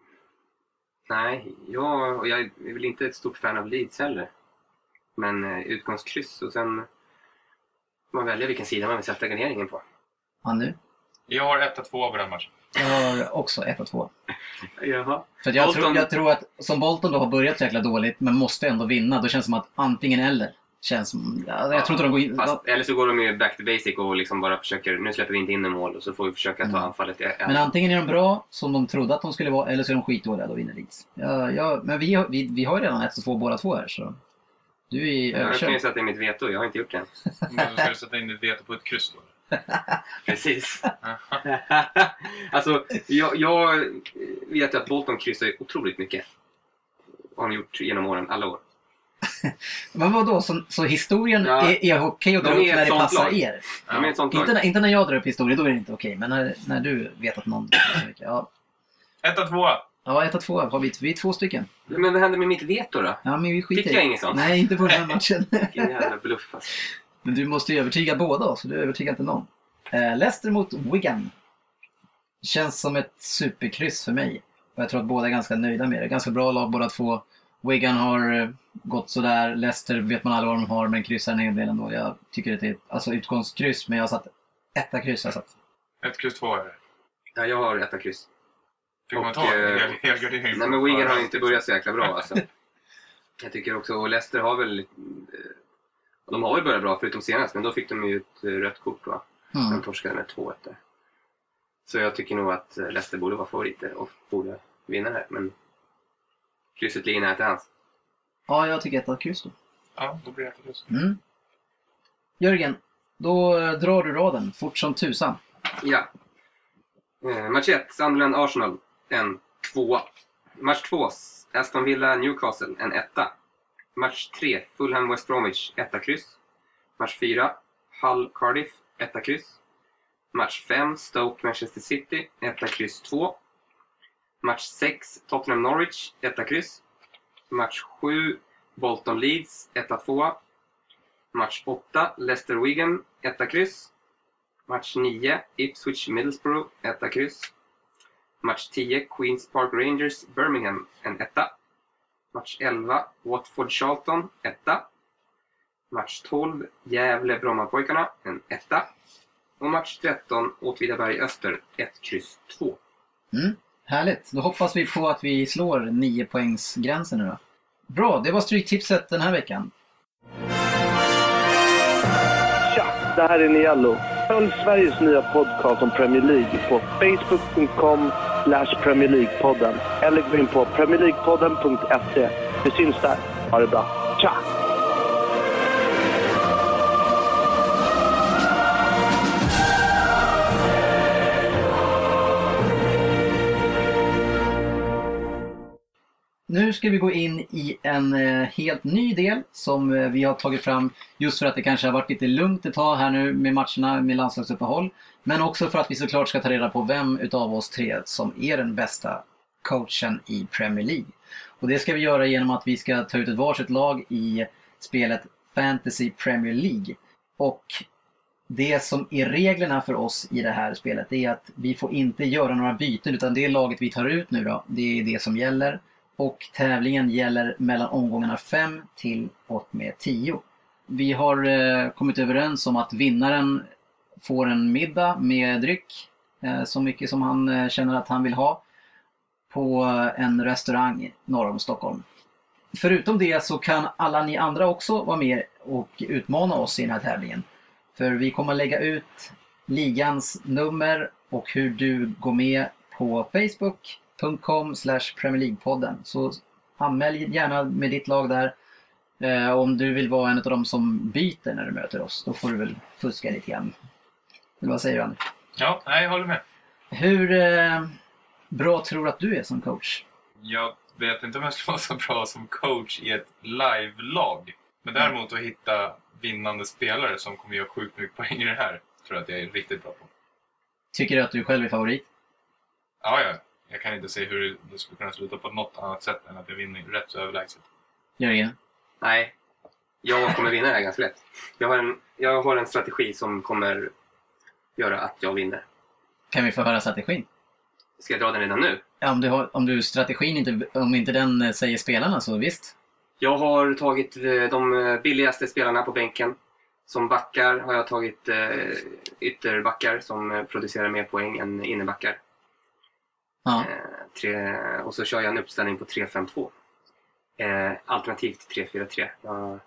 Nej, jag, och jag är väl inte ett stort fan av Leeds heller. Men eh, utgångskryss och sen får man välja vilken sida man vill sätta garderingen på. Han nu? Jag har etta tvåa på den matchen. Jag har också ett och två. Jaha. För att jag, Bolton- tror, jag tror att som Bolton då har börjat jäkla dåligt men måste ändå vinna. Då känns det som att antingen eller. Känns som, ja, jag tror inte de går in... Fast, eller så går de ju back to basic och liksom bara försöker, nu släpper vi inte in en mål och så får vi försöka ta Mm. anfallet. i- Men antingen är de bra som de trodde att de skulle vara eller så är de skitdåliga, då vinner Leeds. Ja, ja, men vi har, vi, vi har ju redan ett och två båda två här så du är Jag kan ju överkörd. sätta in mitt veto, jag har inte gjort det än. Men då ska du sätta in ditt veto på ett kryss då. Precis. Alltså, jag, jag vet ju att Bolton kryssar ju otroligt mycket. Har de gjort genom åren, alla år. Men vadå, så, så historien Ja. är, är okej att dra De är upp ett när det sånt passar lag. er? De är ett sånt lag. Inte, när- inte när jag drar upp historien, då är det inte okej. Men när, när du vet att någon... Ja, Etta tvåa. ja ett och två har vi, vi är två stycken. Men vad händer med mitt veto då? Ja, men vi skiter Fick i jag det. inget sånt? Nej, inte på den här matchen. Vilken jävla bluff alltså. Men du måste ju övertyga båda så du övertygar inte någon. Eh, Leicester mot Wigan. Känns som ett superkryss för mig. Och jag tror att båda är ganska nöjda med det. Ganska bra lag båda två. Wigan har eh, gått sådär. Leicester vet man aldrig vad de har men kryssar en hel del ändå. Jag tycker att det är ett alltså, utgångskryss men jag har satt etta kryss. Jag har satt. Ett kryss två är det. Ja, jag har etta kryss. Fick man Och, ta en eh, hel, helgardering? Nej, men Wigan har inte börjat så jäkla bra alltså. Jag tycker också, och Leicester har väl... eh, De har väl börjat bra förutom senast, men då fick de ju ett eh, rött kort va? Mm. De torskade med två ett där. Så jag tycker nog att eh, Leicester borde vara favoriter och borde vinna det här. Men krysset ligger nära till hans. Ja, jag tycker etta kryss då. Ja, då blir det ett kryss. Mm. Jörgen, då eh, drar du raden fort som tusan. Ja. Eh, match ett, Sunderland-Arsenal, en tvåa. Match två, Aston Villa-Newcastle, en etta. Match tre, Fulham-West Bromwich, etta kryss. Match fyra, Hull-Cardiff, etta kryss. Match fem, Stoke-Manchester City, etta kryss två. Match sex, Tottenham-Norwich, etta kryss. Match sju, Bolton-Leeds, etta tvåa. Match åtta, Leicester-Wigan, etta kryss. Match nio, Ipswich-Middlesbrough, etta kryss. Match tio, Queens Park Rangers, Birmingham, en etta. Match elva, Watford-Charlton, etta. Match tolv, Gävle-Brommapojkarna, en etta. Och match tretton, Åtvidaberg-Öster, ett kryss två. Mm. Härligt, då hoppas vi på att vi slår nio poängsgränsen nu då. Bra, det var stryktipset den här veckan. det här är Niello. Följ Sveriges nya podcast om Premier League på facebook punkt com slash Premier League-podden eller gå in på premier league podden punkt se. Vi syns där. Ha det bra. Tja! Nu ska vi gå in i en eh, helt ny del som eh, vi har tagit fram just för att det kanske har varit lite lugnt ett tag här nu med matcherna med landslagsuppehåll. Men också för att vi såklart ska ta reda på vem utav oss tre som är den bästa coachen i Premier League. Och det ska vi göra genom att vi ska ta ut ett varsitt lag i spelet Fantasy Premier League. Och det som är reglerna för oss i det här spelet är att vi får inte göra några byten, utan det laget vi tar ut nu då, det är det som gäller. Och tävlingen gäller mellan omgångarna fem till och med tio. Vi har eh, kommit överens om att vinnaren får en middag med dryck, eh, så mycket som han eh, känner att han vill ha, på en restaurang norr om Stockholm. Förutom det så kan alla ni andra också vara med och utmana oss i den här tävlingen. För vi kommer lägga ut ligans nummer och hur du går med på facebook punkt com slash Premier League-podden. Så anmäl gärna med ditt lag där. Eh, om du vill vara en av dem som byter när du möter oss, då får du väl fuska lite grann. Eller vad säger du, Andy? Ja, nej, jag håller med. Hur eh, bra tror du att du är som coach? Jag vet inte om jag skulle vara så bra som coach i ett live-lag. Men däremot att hitta vinnande spelare som kommer göra sjukt mycket poäng i det här, tror jag att jag är riktigt bra på. Tycker du att du själv är favorit? Ja, ja. Jag kan inte se hur det skulle kunna sluta på något annat sätt än att jag vinner rätt så överlägset. Jörgen? Nej, jag kommer vinna det här ganska lätt. Jag har, en, jag har en strategi som kommer göra att jag vinner. Kan vi få höra strategin? Ska jag dra den redan nu? Ja, om du har, om du strategin inte, om inte den säger spelarna, så visst. Jag har tagit de billigaste spelarna på bänken. Som backar har jag tagit eh, ytterbackar som producerar mer poäng än innebackar. Ja. Eh, tre, och så kör jag en uppställning på tre fem två. Eh, alternativt tre fyra tre. Ja.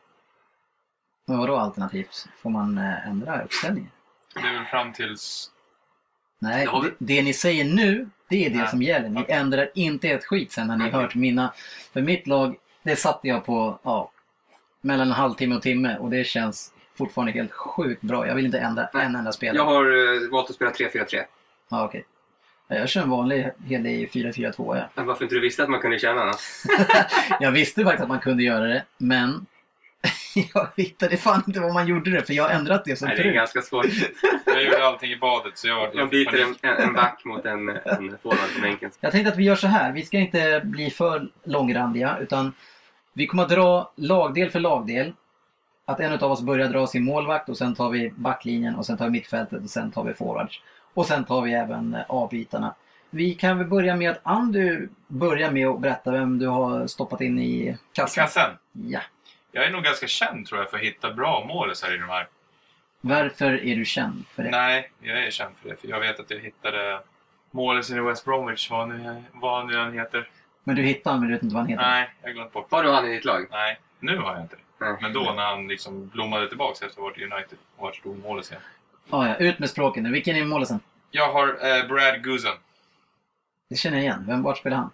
Men vadå alternativt? Får man eh, ändra uppställningen? Det är väl fram tills... Nej, Ja, det, det ni säger nu, det är det Nej. som gäller. Ni Okej. ändrar inte ett skit sen när ni Okej. hört mina... För mitt lag, det satte jag på ja, mellan en halvtimme och timme. Och det känns fortfarande helt sjukt bra. Jag vill inte ändra Nej. en enda spelare. Jag har eh, valt att spela tre fyra tre. Ja, okej. Ja, jag kör en vanlig hel i fyra fyra två. Ja. Men varför inte du visste att man kunde tjäna annars? Jag visste faktiskt att man kunde göra det, men jag hittade fan inte vad man gjorde det, för jag har ändrat det som Nej, det är förut. ganska svårt. Jag gjorde allting i badet så jag var... Man byter en, en, en back mot en, en forward på bänken. Jag tänkte att vi gör så här, vi ska inte bli för långrandiga, utan vi kommer att dra lagdel för lagdel. Att en av oss börjar dra sin målvakt och sen tar vi backlinjen och sen tar vi mittfältet och sen tar vi forwards. Och sen tar vi även avbytarna. Vi kan väl börja med att Andy börjar med att berätta vem du har stoppat in i kassan. Kassen. Ja. Jag är nog ganska känd tror jag för att hitta bra målis här i de här. Varför är du känd för det? Nej, jag är känd för det. För jag vet att jag hittade målisen i West Bromwich, vad nu, vad nu han heter. Men du hittar han, men du vet inte vad han heter. Nej, jag har glömt bort. Har du han i ditt lag? Nej, nu har jag inte det. Nej. Men då när han liksom blommade tillbaka efter att ha varit i United och varit stor målis igen. Ah, ja, ut med språken nu. Vilken är målisen? Jag har eh, Brad Guzan. Det känner jag igen. Vem, vart spelar han?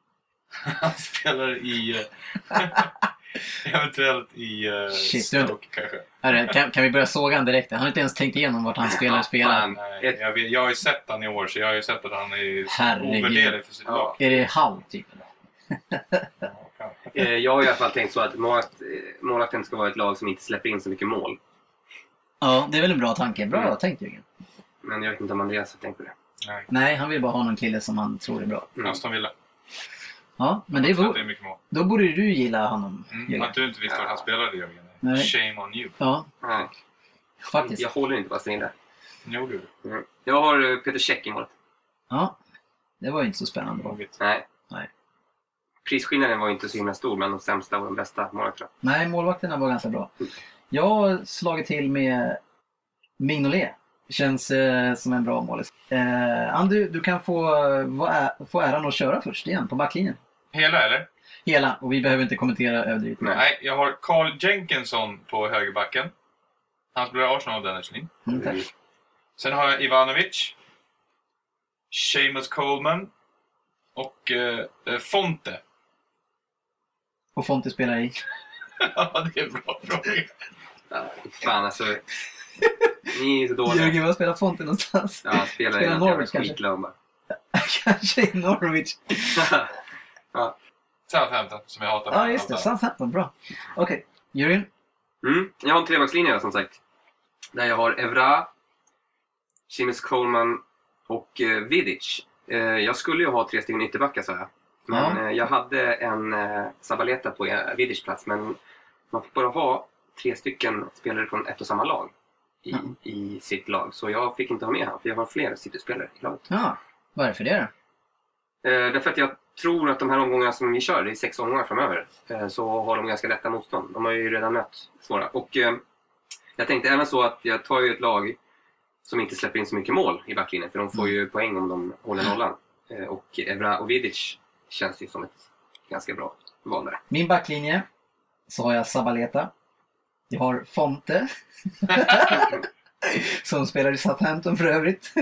Han spelar i... Eh, eventuellt i eh, Shit, du har Stoke kanske. Herre, kan, kan vi börja såga han direkt? Han har inte ens tänkt igenom vart han spelar spelar. fan. Nej, Ett- jag, vet, jag har ju sett han i år så jag har ju sett att han är Herregud. ovärderlig för sitt Ja. lag. Är det halv typ? Ja, kanske. Eh, jag har i alla fall tänkt så att målvakt, eh, målvakten ska vara ett lag som inte släpper in så mycket mål. Ja, det är väl en bra tanke. Bra Mm. tänkt, Jörgen. Men jag vet inte om Andreas har tänkt på det. Nej, Nej, han vill bara ha någon kille som han tror är bra. Mm. Aston Villa. Ja, men det Jag tror att bo- det är mycket mål. då borde ju du gilla honom, Mm. Jörgen. Att du inte visste vart han spelade, Jörgen. Nej. Shame on you. Ja, Nej. faktiskt. Jag håller inte på Aston Villa. Jo, du. Mm. Jag har eh, Peter Cech i målet. Ja, det var ju inte så spännande. Då. Vågigt. Nej. Nej. Prisskillnaden var ju inte så himla stor, men de sämsta och de bästa målvakterna. Nej, målvakterna var ganska bra. Jag har slagit till med Mignolet. Känns eh, som en bra målis. Eh, Andy, du kan få, vad är, få äran att köra först igen på backlinjen. Hela, eller? Hela, och vi behöver inte kommentera överdrivet. Nej. Nej, jag har Carl Jenkinson på högerbacken. Han spelar Arsenal, Dennis Lind. Mm, tack. Sen har jag Ivanovic, Seamus Coleman och eh, Fonte. Och Fonte spelar i. Ja, det är en bra fråga. Ja, fan alltså. Ni är så dåliga. Jörgen, vad spelar Fonte någonstans? Ja, spelar, Spelar i Norwich, något jävla skitlag. Kanske i Norwich. Ja. Southampton, som jag hatar. Ja, ah, just det. Southampton, bra. Okej, okay. Jörgen? Mm. Jag har en trebackslinje som sagt. Där jag har Evra, Seamus Coleman och eh, Vidic. Eh, jag skulle ju ha tre stycken ytterbackar, sa jag. Men Ja. eh, jag hade en eh, Zabaleta på eh, Vidics plats. Men man fick bara ha tre stycken spelare från ett och samma lag i, Mm. i sitt lag. Så jag fick inte ha med han, för jag har fler City-spelare i laget. Ja, varför det då? Eh, därför att jag tror att de här omgångarna som vi kör, det är sex omgångar framöver, eh, så har de ganska lätta motstånd. De har ju redan mött svåra. Och eh, jag tänkte även så att jag tar ju ett lag som inte släpper in så mycket mål i backlinjen, för de får ju poäng om de håller nollan. Eh, och Evra och Vidic känns ju som ett ganska bra val där. Min backlinje, så har jag Zabaleta. Jag har Fonte. Som spelar i Southampton för övrigt.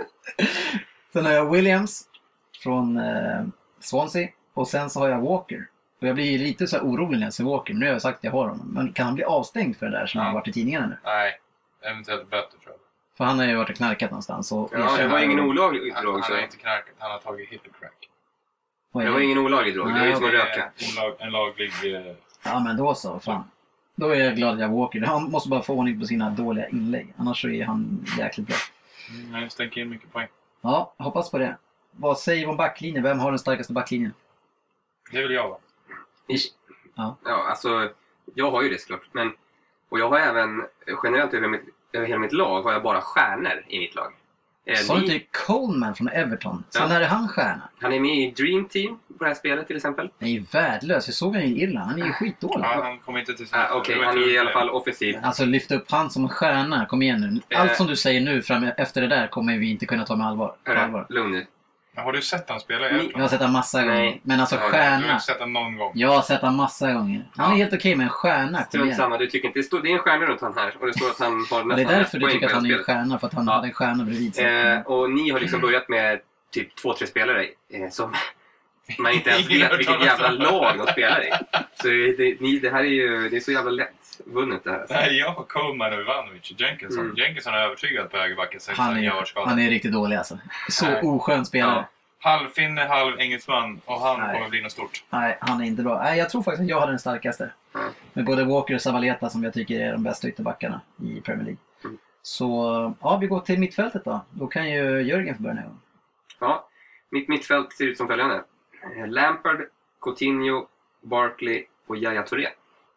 Sen har jag Williams från eh, Swansea. Och sen så har jag Walker. Och jag blir lite så här orolig när jag ser Walker. Nu har jag sagt att jag har honom. Men kan han bli avstängd för det där som Ja. har varit i tidningarna nu? Nej, eventuellt böter tror jag. För han har ju varit och knarkat någonstans. Och Ja, det var ingen olaglig Han, drog. han Så. har inte knarkat, han har tagit hippocrack. Det var ingen olaglig drog, det var ju som att Det röka. är olag, en laglig... Eh, Ja, men då så. Fan. Då är jag glad att jag Walker. Han måste bara få ordning på sina dåliga inlägg. Annars så är han jäkligt bra. han stänker in mycket poäng. Ja, hoppas på det. Vad säger vi om backlinjen? Vem har den starkaste backlinjen? Det vill jag va? Ish. Ja. Ja, alltså jag har ju det såklart. Men, och jag har även generellt över, mitt, över hela mitt lag har jag bara stjärnor i mitt lag. Eh, Sa du ni- inte Coleman från Everton? Så Ja. när är han stjärna? Han är med i Dream Team på det här spelet till exempel. Han är ju värdelös. Jag såg honom i Irland. Han är ju skitdålig. Ja, han kommer inte till sin... Ah, Okej, han är i alla fall offensiv. Alltså lyft upp han som en stjärna. Kom igen nu. Allt Eh. som du säger nu fram efter det där kommer vi inte kunna ta med allvar. På Hörru, allvar. lugn nu. Men har du sett han spela i Ni- Jag Everton? har sett han massa Nej. gånger. Men alltså Ja, Du har stjärna. inte sett han någon gång? Jag har sett han massa gånger. Han är Ja. helt okej med en stjärna. Kom Strunt igen. samma, du tycker inte det, står, det är en stjärna runt han här och det står att han har Och det är nästan därför du poäng tycker på att han är hela en spelet. stjärna. För att han Ja. hade en stjärna bredvid sig. Eh, och ni har liksom börjat med typ två, tre spelare eh, som man inte ens Ingen vet har vilket talat jävla om. lag de spelar i. Så det, ni, det här är ju det är så jävla lätt vunnet det här. Alltså. Nej, jag har Coleman och Ivanovic och Jenkinson. Mm. Jenkinson är övertygad på högerbacken sen Han han är, gör skada. han är riktigt dålig alltså. Så Nej. oskön spelare. Halvfinne, halv engelsman och han Nej. kommer bli något stort. Nej, han är inte bra. Nej, jag tror faktiskt att jag hade den starkaste. Mm. Med både Walker och Zabaleta som jag tycker är de bästa ytterbackarna i Premier League. Mm. Så ja, vi går till mittfältet då. Då kan ju Jörgen få börja nu. Ja, mitt mittfält ser ut som följande. Eh, Lampard, Coutinho, Barkley och Yaya Touré.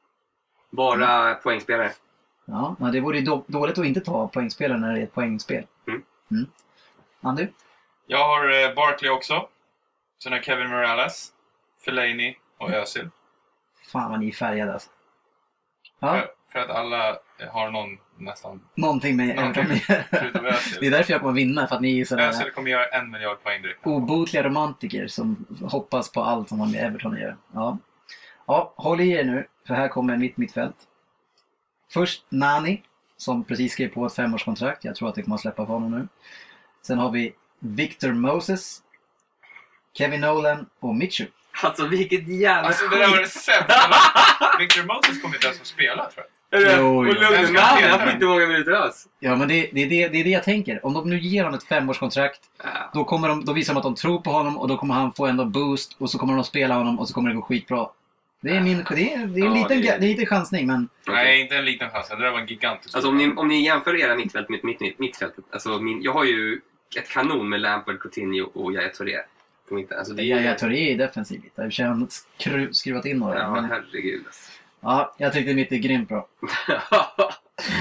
Bara Mm. poängspelare. Ja, men det vore ju då, dåligt att inte ta poängspelare när det är ett poängspel. Mm. Mm. Andy? Jag har eh, Barkley också. Sen har jag Kevin Morales, Fellaini och Özil. Fan vad ni är färgade alltså. Ja, För, för att alla eh, har någon nästan, någonting med Någonting. Everton med. förutom Det är Özil. därför jag kommer vinna, för att ni är sådana Özil kommer göra en miljard poäng direkt. obotliga romantiker som hoppas på allt som har med Everton att göra. Ja. Ja, håll i er nu, för här kommer mitt mittfält. Först Nani, som precis skrev på ett femårskontrakt. Jag tror att det kommer att släppa för honom nu. Sen har vi Victor Moses, Kevin Nolan och Mitchell. Alltså vilket jävla Alltså det där var det sämsta. Victor Moses kommer inte ens att spela tror jag. Eller, Jo, och jo. lugn Jag nu, ska han spela. han får inte många minuter alls. Ja, men det, det, är det, det är det jag tänker. Om de nu ger honom ett femårskontrakt, Ja. då, kommer de, då visar de att de tror på honom och då kommer han få ändå boost och så kommer de att spela honom och så kommer det gå skitbra. Det är, min, det är, det är en Ja, liten, det är- det är lite chansning, men Nej, inte en liten chans. Det där var en gigantisk. Alltså om ni, om ni jämför era mittfält med mitt, mitt, mittfältet. Alltså min, jag har ju ett kanon med Lampard, Coutinho och Yaya Touré. På mitt- Alltså det är jag, jag tror det är defensivt. Jag har ju skru, skruvat in några. Ja, Men, herregud. Alltså. ja, jag tyckte mitt är grymt bra. ja.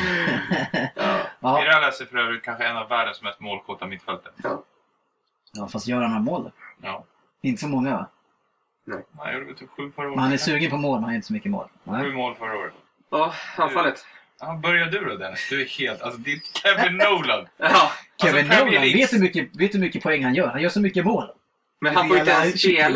Ja, Mirallas är för övrigt kanske en av världens mest målkåta mittfältare. ja, fast gör han några mål då? Ja. Inte så många va? Han gjorde väl typ sju förra året. Men han är sugen på mål, men han har inte så mycket mål. Sju Nej. mål förra året. Ja, anfallet. Ja, börjar du då Dennis? Du är helt... Alltså det är Kevin Nolan. Ja, Kevin Premier Nolan, League- vet du hur mycket, vet du hur mycket poäng han gör? Han gör så mycket mål. men han får inte Jävla ens spela.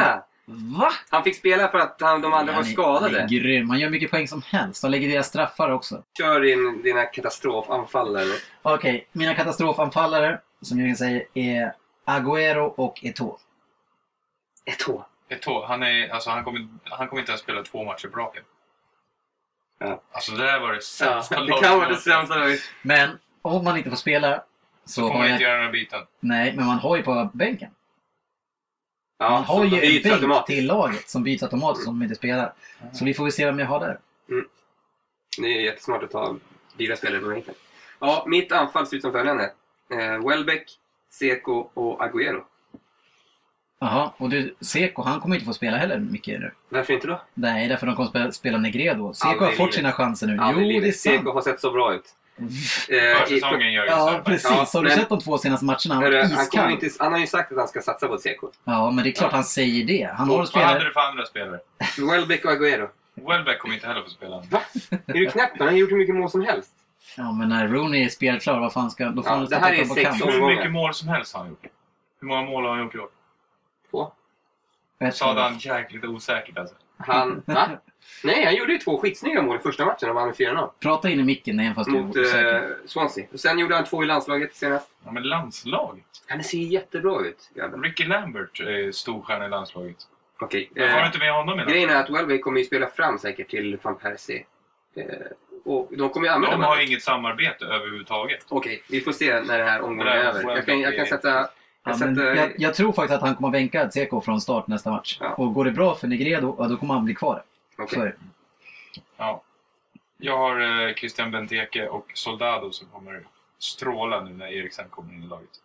Va? Han fick spela för att han, de andra Han var är- skadade. Han är grym. Han gör mycket poäng som helst. De lägger deras straffar också. Kör din, dina katastrofanfall eller? Okej, mina katastrofanfallare, som jag kan säga, är Agüero och Eto'o. Eto'o. Eto'o, han, är, alltså, han, kommer, han kommer inte ens spela två matcher på raken. Ja. Alltså det där var det Ja, sämsta det kan vara det sämsta laget. Men om man inte får spela så, Så får har man jag... inte göra några byten. Nej, men man har ju på bänken. Ja, man har så ju de en byts bänk automatiskt. till laget som byts automatiskt om de inte spelar. Så vi får väl se vem jag har där. Det är jättesmart att ta dyra spelare på bänken. Ja, mitt anfall ser ut som följande. Eh, Welbeck, Seko och Agüero. Jaha, och du, Seko, han kommer inte få spela heller mycket nu. Varför inte då? Nej, därför de kommer spela, spela Negredo. Seko Aldrig har i fått livet. sina chanser nu. Aldrig i Jo, det är livet. sant. Seko har sett så bra ut. Eh, i- Försäsongen gör ju Ja, så här. precis. Ja, har du men- sett de två senaste matcherna? Han var Hörru, han, kommer iskall. inte, han har ju sagt att han ska satsa på Seko. Ja, men det är klart Ja. han säger det. Han har Vad hade spelat... du för andra spelare? Welbeck och Agüero. Welbeck kommer inte heller få spela. Va? Är du knäpp? Han har gjort hur mycket mål som helst. Ja, men när Rooney är spelklar, vad fan ska... Då får Ja, han det stoppa här är upp på sex kant. år. Hur många. mycket mål som helst har han gjort. Hur många mål har han gjort i år? Två. Ett Sa mål. han jäkligt osäkert alltså. Han... Va? Nej, han gjorde ju två skitsnygga mål i första matchen och vann med fyra noll. Prata in i micken igen fast du Mot är osäker. eh, Swansea. Och sen gjorde han två i landslaget senast. Ja, men landslaget. Han ser jättebra ut, grabben. Ricky Lambert är storstjärna i landslaget. Okej. Varför har du Eh, inte med honom i grejen landslaget? är att Welbeck kommer ju spela fram säkert till Van Persie. Eh, och de kommer ju använda De har honom. inget samarbete överhuvudtaget. Okej, vi får se när det här omgången Det är där över. Jag Welbeck kan, jag kan är- sätta... Jag Ja, men sätter jag, jag tror faktiskt att han kommer bänka Seko från start nästa match. Ja. Och går det bra för Negredo, ja, då kommer han bli kvar. okej. Så är det. Ja. Jag har eh, Christian Benteke och Soldado som kommer stråla nu när Eriksen kommer in i laget.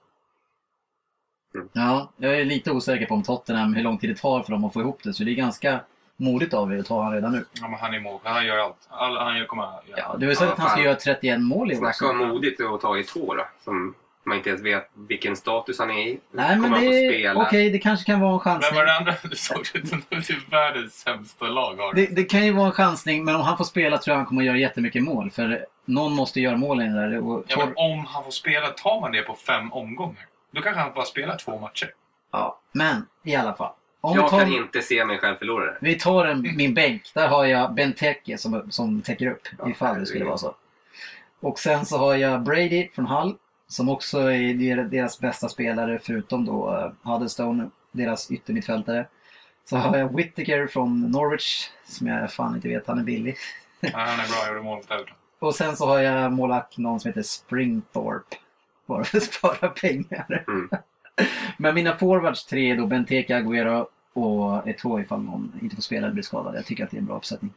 Ja, jag är lite osäker på om Tottenham, hur lång tid det tar för dem att få ihop det. Så det är ganska modigt av er att ta han redan nu. Ja, men han är mål. Han gör allt. All, han gör, kommer göra. Ja, du har ju sagt Ja, att han ska fan. göra trettioett mål i år. Snacka om så- modigt att ta i två då. Som man inte ens vet vilken status han är i. Nej, men Kommer han få det är spela? okej, det kanske kan vara en Men chansning. vad är det andra du såg? Det är världens sämsta lag har Det, det kan ju vara en chansning, men om han får spela tror jag han kommer göra jättemycket mål. För någon måste göra målen där. Och Ja, men om han får spela, tar man det på fem omgångar. Då kanske han bara spelar två matcher. ja, men i alla fall. Om vi Jag tar, kan inte se mig själv förlora det. vi tar en, min bänk. Där har jag Benteke som, som täcker upp Ja, ifall det skulle herregud. vara så. Och sen så har jag Brady från Hull. Som också är der- deras bästa spelare förutom då uh, Huddlestone, deras yttermittfältare. Så har jag Whittaker från Norwich som jag fan inte vet, han är billig. Ja, han är bra, jag gjorde mål mot Everton. Och sen så har jag målvakt någon som heter Springthorpe. Bara för att spara pengar. Mm. Men mina forwards tre är då Benteke, Agüero och Eto'o ifall någon inte får spela eller blir skadad. Jag tycker att det är en bra uppsättning.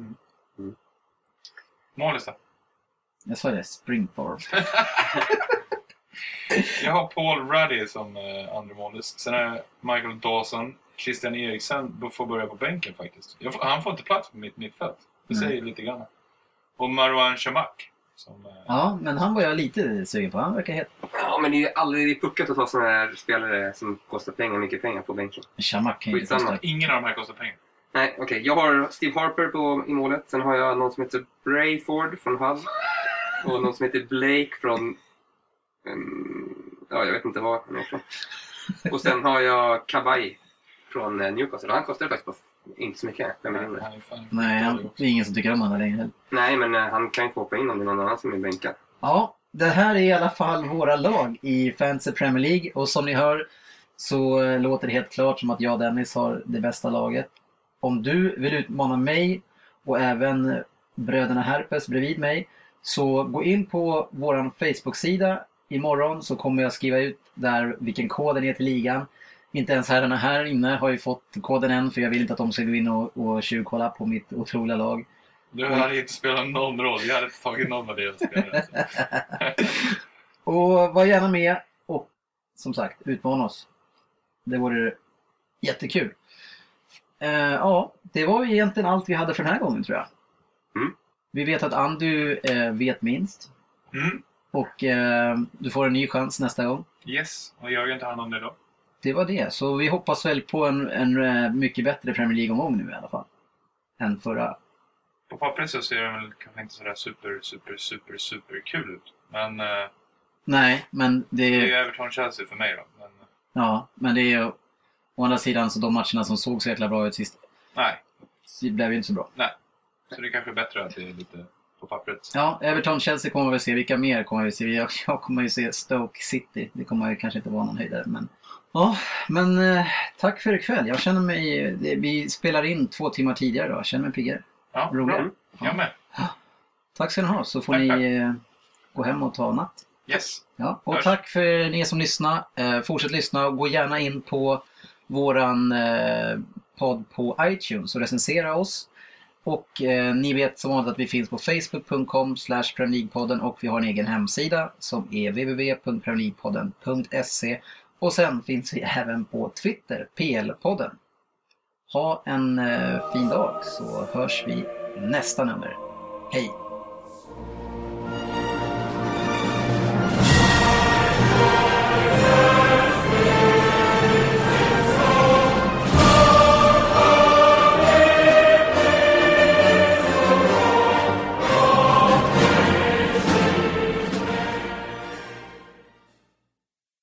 Målis då? Jag sa det, Springthorpe. Jag har Paul Ruddy som eh, andra målis. Sen är Michael Dawson. Christian Eriksen får börja på bänken faktiskt. Jag får, han får inte plats på mitt mittfält. Det Nej. säger lite grann. Och Marwan Shamak. Som, eh, Ja, men han var jag lite sugen på. Han verkar helt... Ja, men det är ju aldrig puckat att ha såna här spelare som kostar pengar, mycket pengar på bänken. Shamak kan ju inte Skitsamma. kosta. ingen av de här kostar pengar. Nej, okej. Jag har Steve Harper på, i målet. Sen har jag någon som heter Brayford från Hull. Och någon som heter Blake från... Um, ja, jag vet inte vad han är från. Och sen har jag Kabay från eh, Newcastle. Han kostar faktiskt på inte så mycket. fem miljoner. Han är fan Nej, han, det är ingen som tycker om honom längre. Nej, men eh, han kan ju få hoppa in om det är någon annan som är bänkad. Ja, det här är i alla fall våra lag i Fantasy Premier League. Och som ni hör så eh, låter det helt klart som att jag och Dennis har det bästa laget. Om du vill utmana mig och även eh, bröderna Herpes bredvid mig, så gå in på vår Facebook-sida. Imorgon så kommer jag skriva ut där vilken koden är till ligan. Inte ens herrarna här inne har ju fått koden än, för jag vill inte att de ska gå in och, och tjuvkolla på mitt otroliga lag. Du hade inte spelat någon roll. Jag hade inte tagit någon av deras spelare. Och var gärna med och som sagt utmana oss. Det vore jättekul. Eh, ja, det var ju egentligen allt vi hade för den här gången tror jag. Mm. Vi vet att Andu eh, vet minst. Mm. Och eh, du får en ny chans nästa gång. Yes, och Jörgen tar hand om det då. Det var det. Så vi hoppas väl på en, en eh, mycket bättre Premier League-omgång nu i alla fall. Än förra. På pappret så ser det väl kanske inte sådär super, super, super, super kul ut. Men eh, Nej, men det det är är... Everton-Chelsea för mig då. Men, Ja, men det är... Å andra sidan så de matcherna som såg så jäkla bra ut sist, Nej. det blev ju inte så bra. Nej. Så det är kanske är bättre att det är lite på pappret. Ja, Everton-Chelsea kommer vi se. Vilka mer kommer vi se? Jag, jag kommer ju se Stoke City. Det kommer ju kanske inte vara någon höjdare, men... Ja, men eh, tack för ikväll. Jag känner mig... Det, vi spelar in två timmar tidigare då. Jag känner mig piggare. Ja, Roligare. bra. Jag med. Tack ska ni ha, så får Tack, ni tack. eh, gå hem och ta natt. Yes. Ja, och Hörs. tack för er som lyssnar. Eh, fortsätt lyssna och gå gärna in på våran eh, podd på iTunes och recensera oss. Och eh, ni vet som vanligt att vi finns på facebook punkt com slash Premier League-podden och vi har en egen hemsida som är w w w punkt premier league podden punkt se och sen finns vi även på Twitter, P L-podden. Ha en eh, fin dag så hörs vi nästa nummer. Hej!